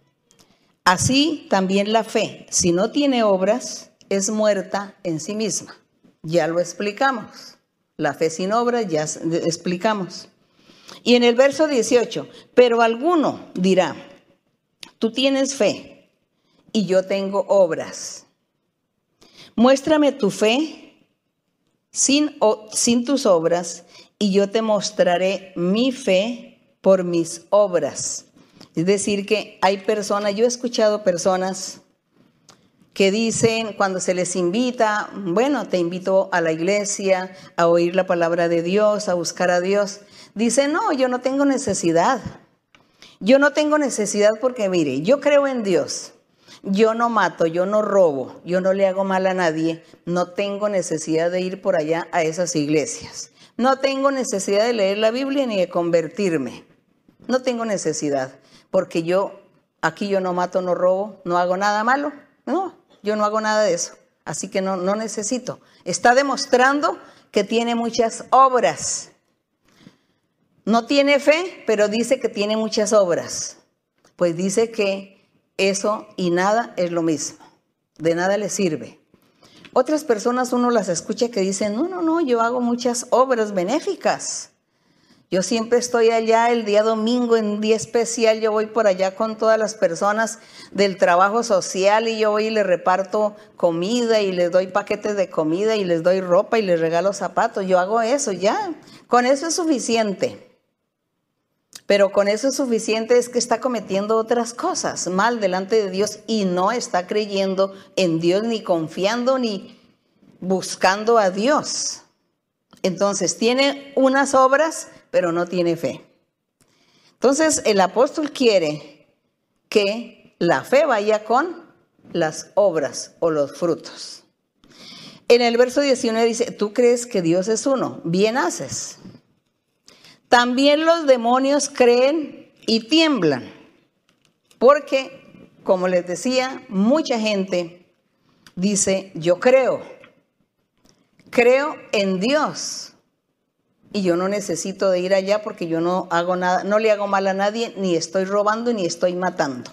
así también la fe, si no tiene obras, es muerta en sí misma. Ya lo explicamos. La fe sin obras ya explicamos. Y en el verso dieciocho, pero alguno dirá, tú tienes fe y yo tengo obras. Muéstrame tu fe sin, o, sin tus obras y yo te mostraré mi fe por mis obras. Es decir que hay personas, yo he escuchado personas que dicen cuando se les invita, bueno, te invito a la iglesia, a oír la palabra de Dios, a buscar a Dios. Dicen, no, yo no tengo necesidad. Yo no tengo necesidad porque, mire, yo creo en Dios. Yo no mato, yo no robo, yo no le hago mal a nadie. No tengo necesidad de ir por allá a esas iglesias. No tengo necesidad de leer la Biblia ni de convertirme. No tengo necesidad porque yo, aquí yo no mato, no robo, no hago nada malo. No. Yo no hago nada de eso, así que no, no necesito. Está demostrando que tiene muchas obras. No tiene fe, pero dice que tiene muchas obras. Pues dice que eso y nada es lo mismo. De nada le sirve. Otras personas uno las escucha que dicen, no, no, no, yo hago muchas obras benéficas. Yo siempre estoy allá el día domingo, en día especial, yo voy por allá con todas las personas del trabajo social y yo voy y les reparto comida y les doy paquetes de comida y les doy ropa y les regalo zapatos. Yo hago eso ya, con eso es suficiente. Pero con eso es suficiente es que está cometiendo otras cosas mal delante de Dios y no está creyendo en Dios ni confiando ni buscando a Dios. Entonces tiene unas obras, pero no tiene fe. Entonces el apóstol quiere que la fe vaya con las obras o los frutos. En el verso diecinueve dice, tú crees que Dios es uno, bien haces. También los demonios creen y tiemblan, porque, como les decía, mucha gente dice, yo creo, creo en Dios. Y yo no necesito de ir allá porque yo no hago nada, no le hago mal a nadie, ni estoy robando, ni estoy matando.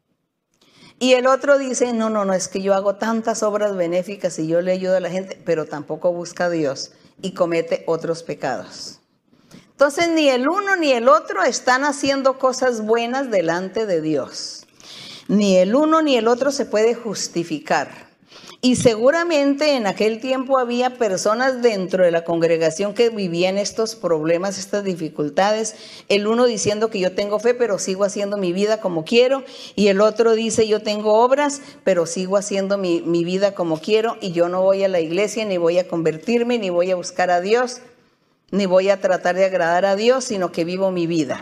Y el otro dice, no, no, no, es que yo hago tantas obras benéficas y yo le ayudo a la gente, pero tampoco busca a Dios y comete otros pecados. Entonces ni el uno ni el otro están haciendo cosas buenas delante de Dios. Ni el uno ni el otro se puede justificar. Y seguramente en aquel tiempo había personas dentro de la congregación que vivían estos problemas, estas dificultades. El uno diciendo que yo tengo fe, pero sigo haciendo mi vida como quiero. Y el otro dice yo tengo obras, pero sigo haciendo mi, mi vida como quiero. Y yo no voy a la iglesia, ni voy a convertirme, ni voy a buscar a Dios, ni voy a tratar de agradar a Dios, sino que vivo mi vida.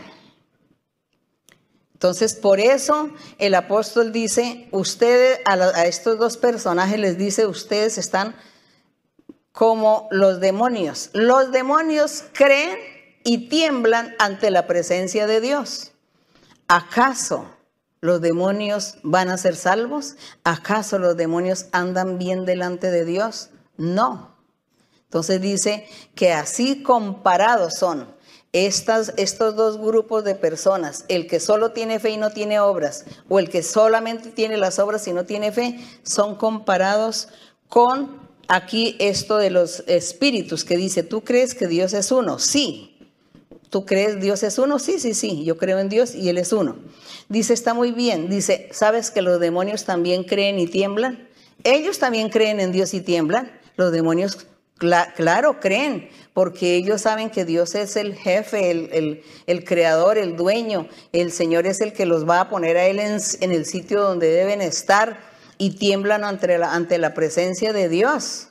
Entonces, por eso el apóstol dice, ustedes, a, la, a estos dos personajes les dice, ustedes están como los demonios. Los demonios creen y tiemblan ante la presencia de Dios. ¿Acaso los demonios van a ser salvos? ¿Acaso los demonios andan bien delante de Dios? No. Entonces dice que así comparados son Estas, estos dos grupos de personas, el que solo tiene fe y no tiene obras, o el que solamente tiene las obras y no tiene fe, son comparados con aquí esto de los espíritus, que dice, ¿tú crees que Dios es uno? Sí. ¿Tú crees Dios es uno? Sí, sí, sí, yo creo en Dios y Él es uno. Dice, está muy bien. Dice, ¿sabes que los demonios también creen y tiemblan? Ellos también creen en Dios y tiemblan. Los demonios Cla- claro, creen, porque ellos saben que Dios es el jefe, el, el, el creador, el dueño. El Señor es el que los va a poner a Él en, en el sitio donde deben estar, y tiemblan ante la, ante la presencia de Dios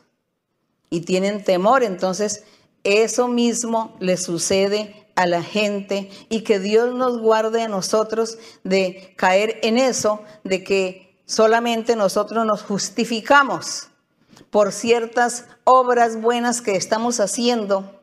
y tienen temor. Entonces, eso mismo le sucede a la gente, y que Dios nos guarde a nosotros de caer en eso, de que solamente nosotros nos justificamos por ciertas obras buenas que estamos haciendo,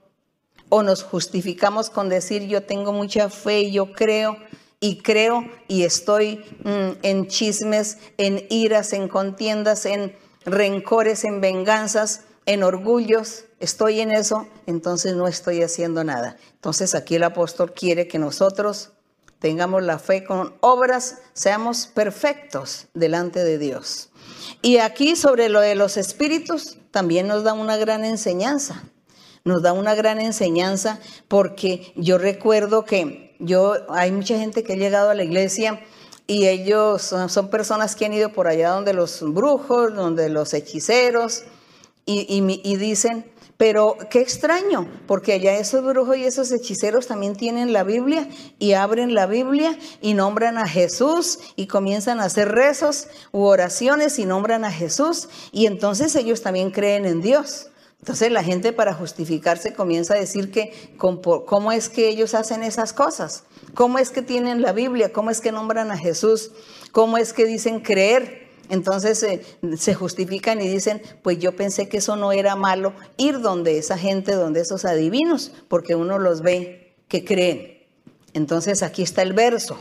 o nos justificamos con decir yo tengo mucha fe y yo creo y creo y estoy mmm, en chismes, en iras, en contiendas, en rencores, en venganzas, en orgullos, estoy en eso, entonces no estoy haciendo nada. Entonces aquí el apóstol quiere que nosotros tengamos la fe con obras, seamos perfectos delante de Dios. Y aquí sobre lo de los espíritus también nos da una gran enseñanza. Nos da una gran enseñanza, porque yo recuerdo que yo, hay mucha gente que ha llegado a la iglesia y ellos son, son personas que han ido por allá donde los brujos, donde los hechiceros, y, y, y dicen, pero qué extraño, porque allá esos brujos y esos hechiceros también tienen la Biblia, y abren la Biblia y nombran a Jesús y comienzan a hacer rezos u oraciones y nombran a Jesús, y entonces ellos también creen en Dios. Entonces la gente, para justificarse, comienza a decir que cómo es que ellos hacen esas cosas, cómo es que tienen la Biblia, cómo es que nombran a Jesús, cómo es que dicen creer. Entonces eh, se justifican y dicen, pues yo pensé que eso no era malo, ir donde esa gente, donde esos adivinos, porque uno los ve que creen. Entonces aquí está el verso,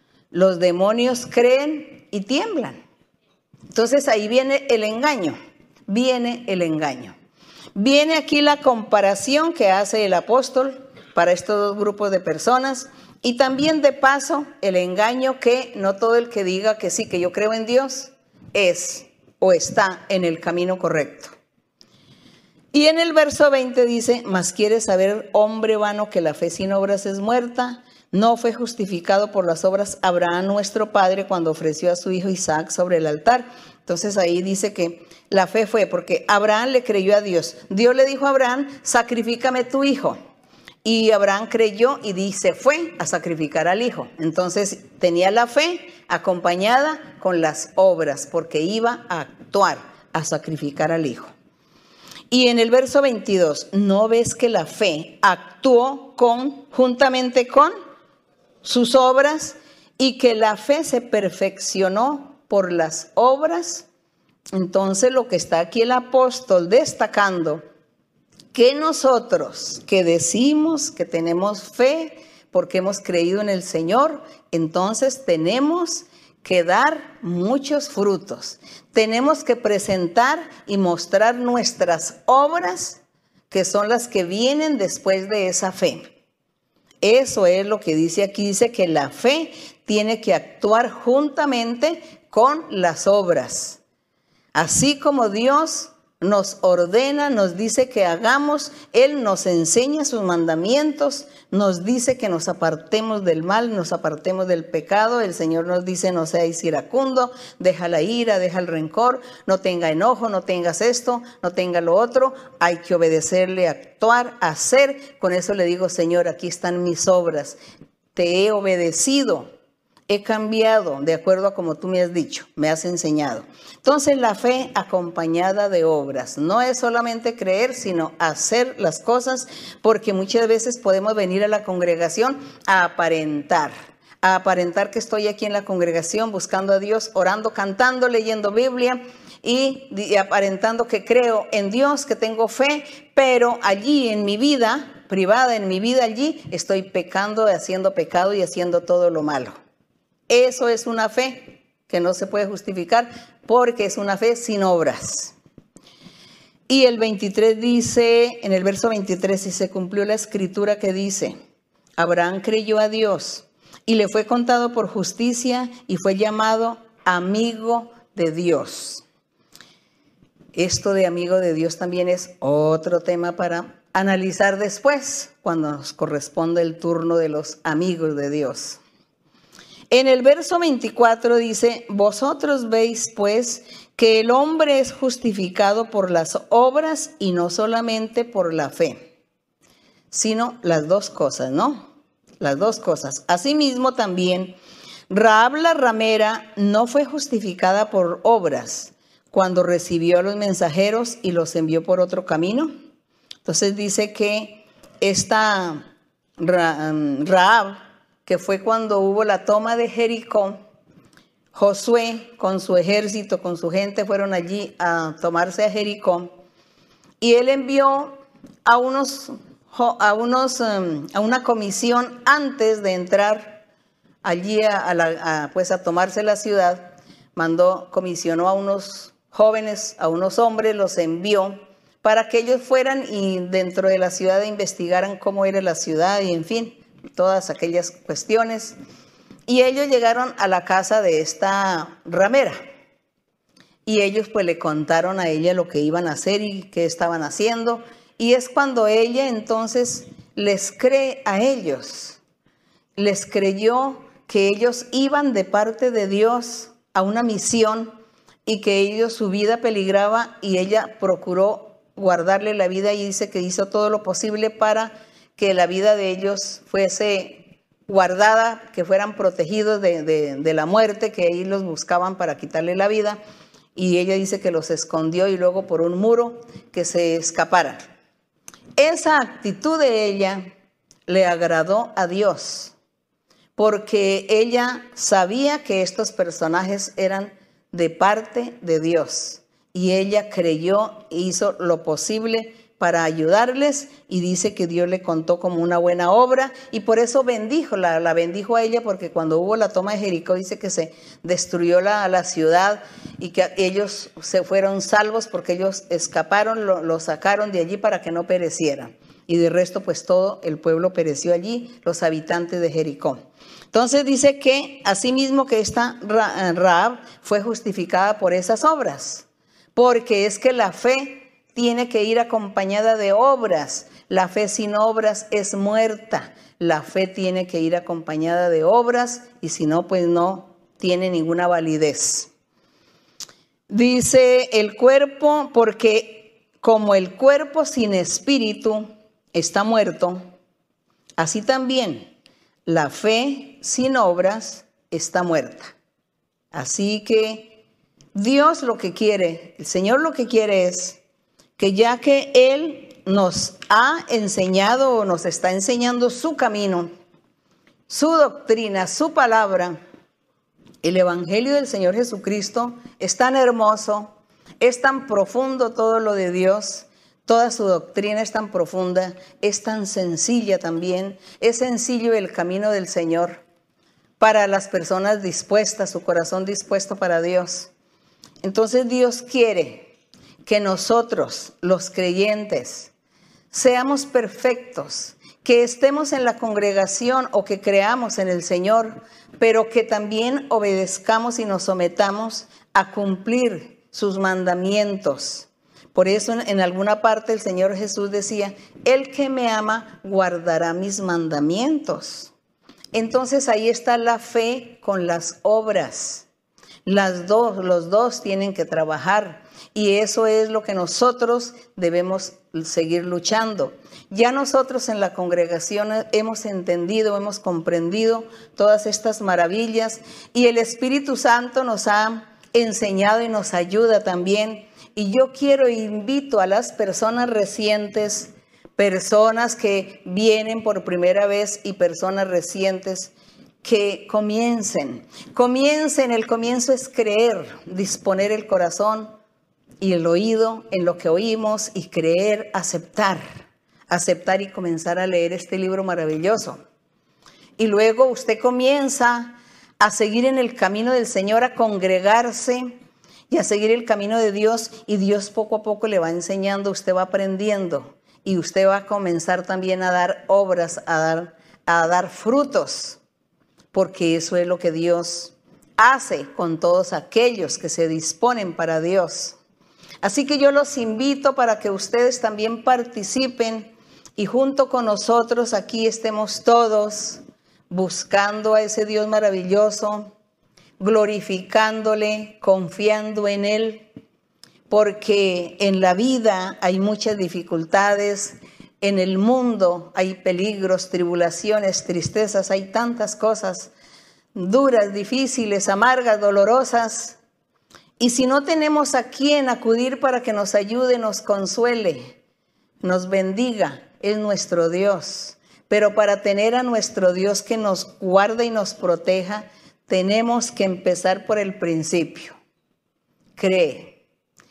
los demonios creen y tiemblan. Entonces ahí viene el engaño, viene el engaño. Viene aquí la comparación que hace el apóstol para estos dos grupos de personas, y también de paso el engaño que no todo el que diga que sí, que yo creo en Dios, es o está en el camino correcto. Y en el verso veinte dice, mas quiere saber, hombre vano, que la fe sin obras es muerta. No fue justificado por las obras Abraham nuestro padre cuando ofreció a su hijo Isaac sobre el altar. Entonces ahí dice que la fe fue porque Abraham le creyó a Dios. Dios le dijo a Abraham, sacrifícame tu hijo. Y Abraham creyó y dice, fue a sacrificar al hijo. Entonces tenía la fe acompañada con las obras, porque iba a actuar, a sacrificar al hijo. Y en el verso veintidós, ¿no ves que la fe actuó con, juntamente con sus obras, y que la fe se perfeccionó por las obras? Entonces lo que está aquí el apóstol destacando, que nosotros que decimos que tenemos fe porque hemos creído en el Señor, entonces tenemos que dar muchos frutos. Tenemos que presentar y mostrar nuestras obras, que son las que vienen después de esa fe. Eso es lo que dice aquí. Dice que la fe tiene que actuar juntamente con las obras. Así como Dios nos ordena, nos dice que hagamos, Él nos enseña sus mandamientos, nos dice que nos apartemos del mal, nos apartemos del pecado. El Señor nos dice: no seáis iracundo, deja la ira, deja el rencor, no tenga enojo, no tengas esto, no tenga lo otro. Hay que obedecerle, actuar, hacer. Con eso le digo: Señor, aquí están mis obras, te he obedecido. He cambiado de acuerdo a como tú me has dicho, me has enseñado. Entonces, la fe acompañada de obras. No es solamente creer, sino hacer las cosas, porque muchas veces podemos venir a la congregación a aparentar. A aparentar que estoy aquí en la congregación buscando a Dios, orando, cantando, leyendo Biblia y, y aparentando que creo en Dios, que tengo fe, pero allí en mi vida privada, en mi vida allí, estoy pecando, haciendo pecado y haciendo todo lo malo. Eso es una fe que no se puede justificar porque es una fe sin obras. Y el veintitrés dice, en el verso veintitrés, y se cumplió la escritura que dice: Abraham creyó a Dios y le fue contado por justicia y fue llamado amigo de Dios. Esto de amigo de Dios también es otro tema para analizar después, cuando nos corresponde el turno de los amigos de Dios. En el verso veinticuatro dice: vosotros veis pues que el hombre es justificado por las obras y no solamente por la fe, sino las dos cosas, ¿no? Las dos cosas. Asimismo también, Rahab la ramera no fue justificada por obras cuando recibió a los mensajeros y los envió por otro camino. Entonces dice que esta Rahab, que fue cuando hubo la toma de Jericó, Josué con su ejército, con su gente, fueron allí a tomarse a Jericó, y él envió a unos, a unos, a una comisión antes de entrar allí a, a, la, a, pues a tomarse la ciudad. Mandó, comisionó a unos jóvenes, a unos hombres, los envió para que ellos fueran y dentro de la ciudad investigaran cómo era la ciudad y en fin, todas aquellas cuestiones. Y ellos llegaron a la casa de esta ramera y ellos pues le contaron a ella lo que iban a hacer y qué estaban haciendo, y es cuando ella entonces les cree a ellos, les creyó que ellos iban de parte de Dios a una misión y que ellos, su vida peligraba, y ella procuró guardarle la vida y dice que hizo todo lo posible para que la vida de ellos fuese guardada, que fueran protegidos de, de, de la muerte, que ahí los buscaban para quitarle la vida, y ella dice que los escondió y luego por un muro que se escaparan. Esa actitud de ella le agradó a Dios, porque ella sabía que estos personajes eran de parte de Dios, y ella creyó e hizo lo posible para ayudarles, y dice que Dios le contó como una buena obra, y por eso bendijo, la, la bendijo a ella, porque cuando hubo la toma de Jericó dice que se destruyó la, la ciudad y que ellos se fueron salvos porque ellos escaparon, lo, lo sacaron de allí para que no perecieran, y de resto pues todo el pueblo pereció allí, los habitantes de Jericó. Entonces dice que asimismo que esta Rahab fue justificada por esas obras, porque es que la fe tiene que ir acompañada de obras. La fe sin obras es muerta. La fe tiene que ir acompañada de obras, y si no, pues no tiene ninguna validez. Dice el cuerpo, porque como el cuerpo sin espíritu está muerto, así también la fe sin obras está muerta. Así que Dios lo que quiere, el Señor lo que quiere es que ya que Él nos ha enseñado o nos está enseñando su camino, su doctrina, su palabra, el Evangelio del Señor Jesucristo es tan hermoso, es tan profundo todo lo de Dios, toda su doctrina es tan profunda, es tan sencilla también, es sencillo el camino del Señor para las personas dispuestas, su corazón dispuesto para Dios. Entonces Dios quiere que nosotros, los creyentes, seamos perfectos, que estemos en la congregación o que creamos en el Señor, pero que también obedezcamos y nos sometamos a cumplir sus mandamientos, Por eso en, en alguna parte el Señor Jesús decía, el que me ama guardará mis mandamientos. Entonces ahí está la fe con las obras. Las dos, los dos tienen que trabajar y eso es lo que nosotros debemos seguir luchando. Ya nosotros en la congregación hemos entendido, hemos comprendido todas estas maravillas y el Espíritu Santo nos ha enseñado y nos ayuda también. Y yo quiero e invito a las personas recientes, personas que vienen por primera vez y personas recientes, que comiencen, comiencen, el comienzo es creer, disponer el corazón y el oído en lo que oímos y creer, aceptar, aceptar y comenzar a leer este libro maravilloso. Y luego usted comienza a seguir en el camino del Señor, a congregarse y a seguir el camino de Dios y Dios poco a poco le va enseñando, usted va aprendiendo y usted va a comenzar también a dar obras, a dar, a dar frutos. Porque eso es lo que Dios hace con todos aquellos que se disponen para Dios. Así que yo los invito para que ustedes también participen y junto con nosotros aquí estemos todos buscando a ese Dios maravilloso, glorificándole, confiando en Él, porque en la vida hay muchas dificultades. En el mundo hay peligros, tribulaciones, tristezas, hay tantas cosas duras, difíciles, amargas, dolorosas. Y si no tenemos a quién acudir para que nos ayude, nos consuele, nos bendiga, es nuestro Dios. Pero para tener a nuestro Dios que nos guarde y nos proteja, tenemos que empezar por el principio. Cree.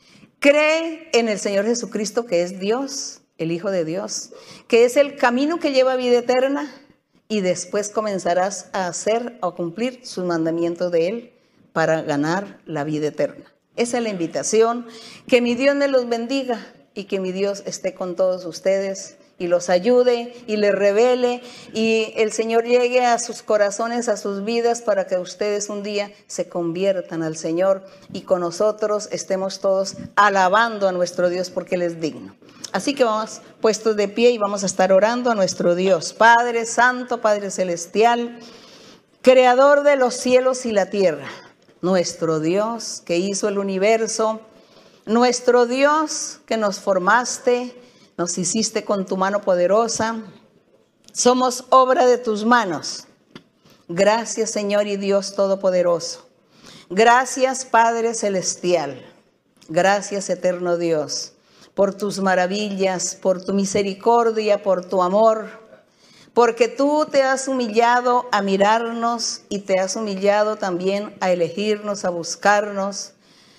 Cree en el Señor Jesucristo que es Dios, el Hijo de Dios, que es el camino que lleva a vida eterna y después comenzarás a hacer o cumplir sus mandamientos de Él para ganar la vida eterna. Esa es la invitación. Que mi Dios me los bendiga y que mi Dios esté con todos ustedes y los ayude y les revele y el Señor llegue a sus corazones, a sus vidas para que ustedes un día se conviertan al Señor y con nosotros estemos todos alabando a nuestro Dios porque Él es digno. Así que vamos puestos de pie y vamos a estar orando a nuestro Dios. Padre Santo, Padre Celestial, Creador de los cielos y la tierra, nuestro Dios que hizo el universo, nuestro Dios que nos formaste, nos hiciste con tu mano poderosa, somos obra de tus manos. Gracias Señor y Dios Todopoderoso. Gracias Padre Celestial, gracias eterno Dios, por tus maravillas, por tu misericordia, por tu amor, porque tú te has humillado a mirarnos y te has humillado también a elegirnos, a buscarnos,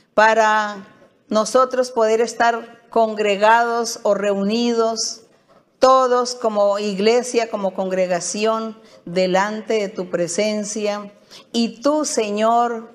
para nosotros poder estar congregados o reunidos, todos como iglesia, como congregación, delante de tu presencia, y tú, Señor,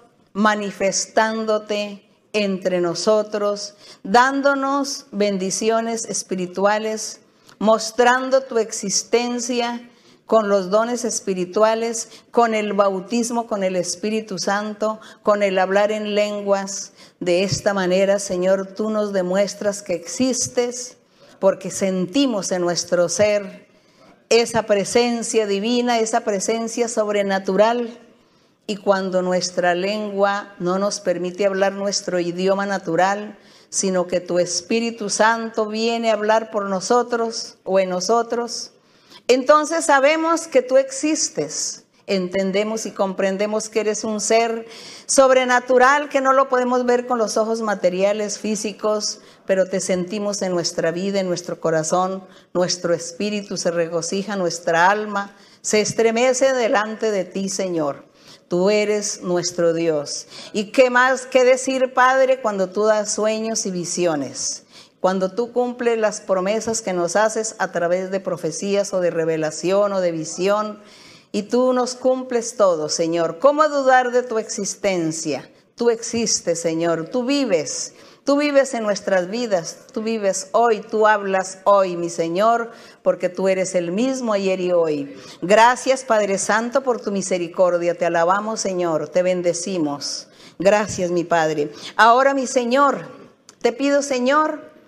manifestándote entre nosotros, dándonos bendiciones espirituales, mostrando tu existencia con los dones espirituales, con el bautismo, con el Espíritu Santo, con el hablar en lenguas. De esta manera, Señor, tú nos demuestras que existes, porque sentimos en nuestro ser esa presencia divina, esa presencia sobrenatural. Y cuando nuestra lengua no nos permite hablar nuestro idioma natural, sino que tu Espíritu Santo viene a hablar por nosotros o en nosotros, entonces sabemos que tú existes. Entendemos y comprendemos que eres un ser sobrenatural, que no lo podemos ver con los ojos materiales, físicos, pero te sentimos en nuestra vida, en nuestro corazón. Nuestro espíritu se regocija, nuestra alma se estremece delante de ti, Señor. Tú eres nuestro Dios. ¿Y qué más que decir, Padre, cuando tú das sueños y visiones? Cuando tú cumples las promesas que nos haces a través de profecías o de revelación o de visión, y tú nos cumples todo, Señor. ¿Cómo dudar de tu existencia? Tú existes, Señor. Tú vives. Tú vives en nuestras vidas. Tú vives hoy. Tú hablas hoy, mi Señor, porque tú eres el mismo ayer y hoy. Gracias, Padre Santo, por tu misericordia. Te alabamos, Señor. Te bendecimos. Gracias, mi Padre. Ahora, mi Señor, te pido, Señor,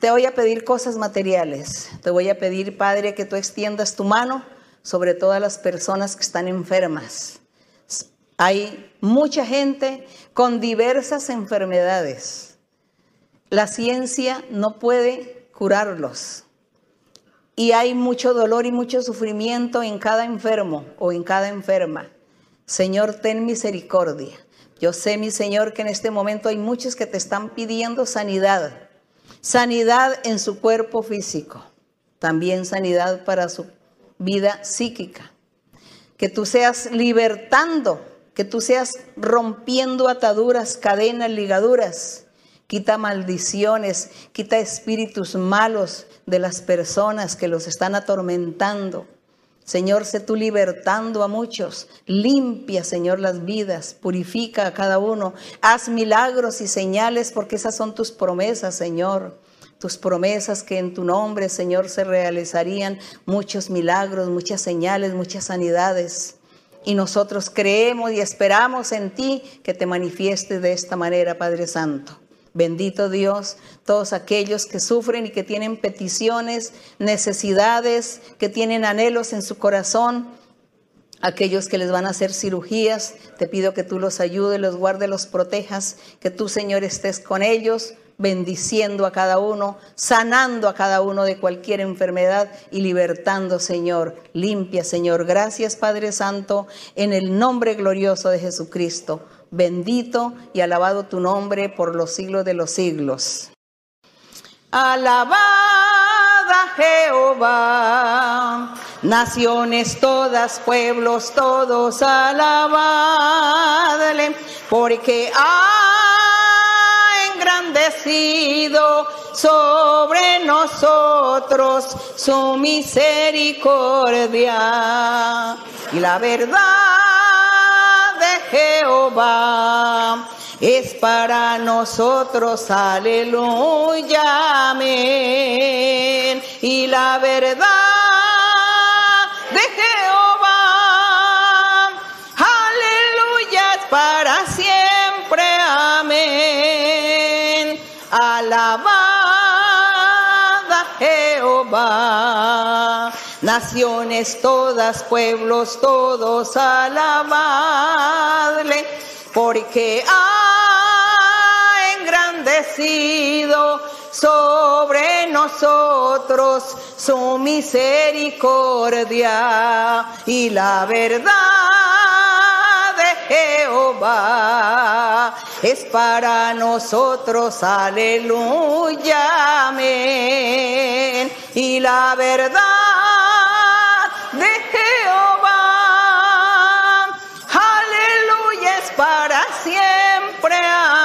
te voy a pedir cosas materiales. Te voy a pedir, Padre, que tú extiendas tu mano sobre todas las personas que están enfermas. Hay mucha gente con diversas enfermedades. La ciencia no puede curarlos. Y hay mucho dolor y mucho sufrimiento en cada enfermo o en cada enferma. Señor, ten misericordia. Yo sé, mi Señor, que en este momento hay muchos que te están pidiendo sanidad. Sanidad en su cuerpo físico. También sanidad para su vida psíquica. Que tú seas libertando, que tú seas rompiendo ataduras, cadenas, ligaduras. Quita maldiciones, quita espíritus malos de las personas que los están atormentando. Señor, sé tú libertando a muchos. Limpia, Señor, las vidas. Purifica a cada uno. Haz milagros y señales porque esas son tus promesas, Señor. Tus promesas que en tu nombre, Señor, se realizarían muchos milagros, muchas señales, muchas sanidades. Y nosotros creemos y esperamos en ti que te manifiestes de esta manera, Padre Santo. Bendito Dios, todos aquellos que sufren y que tienen peticiones, necesidades, que tienen anhelos en su corazón, aquellos que les van a hacer cirugías, te pido que tú los ayudes, los guardes, los protejas, que tú, Señor, estés con ellos, bendiciendo a cada uno, sanando a cada uno de cualquier enfermedad y libertando, Señor. Limpia, Señor. Gracias, Padre Santo, en el nombre glorioso de Jesucristo. Bendito y alabado tu nombre por los siglos de los siglos. Alabad a Jehová, naciones todas, pueblos todos, alabadle, porque ha engrandecido sobre nosotros su misericordia y la verdad de Jehová es para nosotros, aleluya, amén. Y la verdad de Jehová, aleluya, es para siempre, amén. Alabad a Jehová, naciones todas, pueblos todos, alabadle, porque ha engrandecido sobre nosotros su misericordia y la verdad de Jehová es para nosotros, aleluya, amén. Y la verdad de Jehová, aleluya, es para siempre,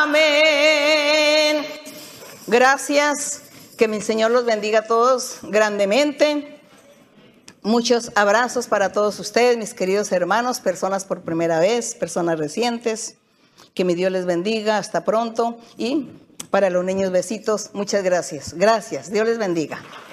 amén. Gracias, que mi Señor los bendiga a todos grandemente. Muchos abrazos para todos ustedes, mis queridos hermanos, personas por primera vez, personas recientes. Que mi Dios les bendiga, hasta pronto. Y para los niños, besitos, muchas gracias. Gracias, Dios les bendiga.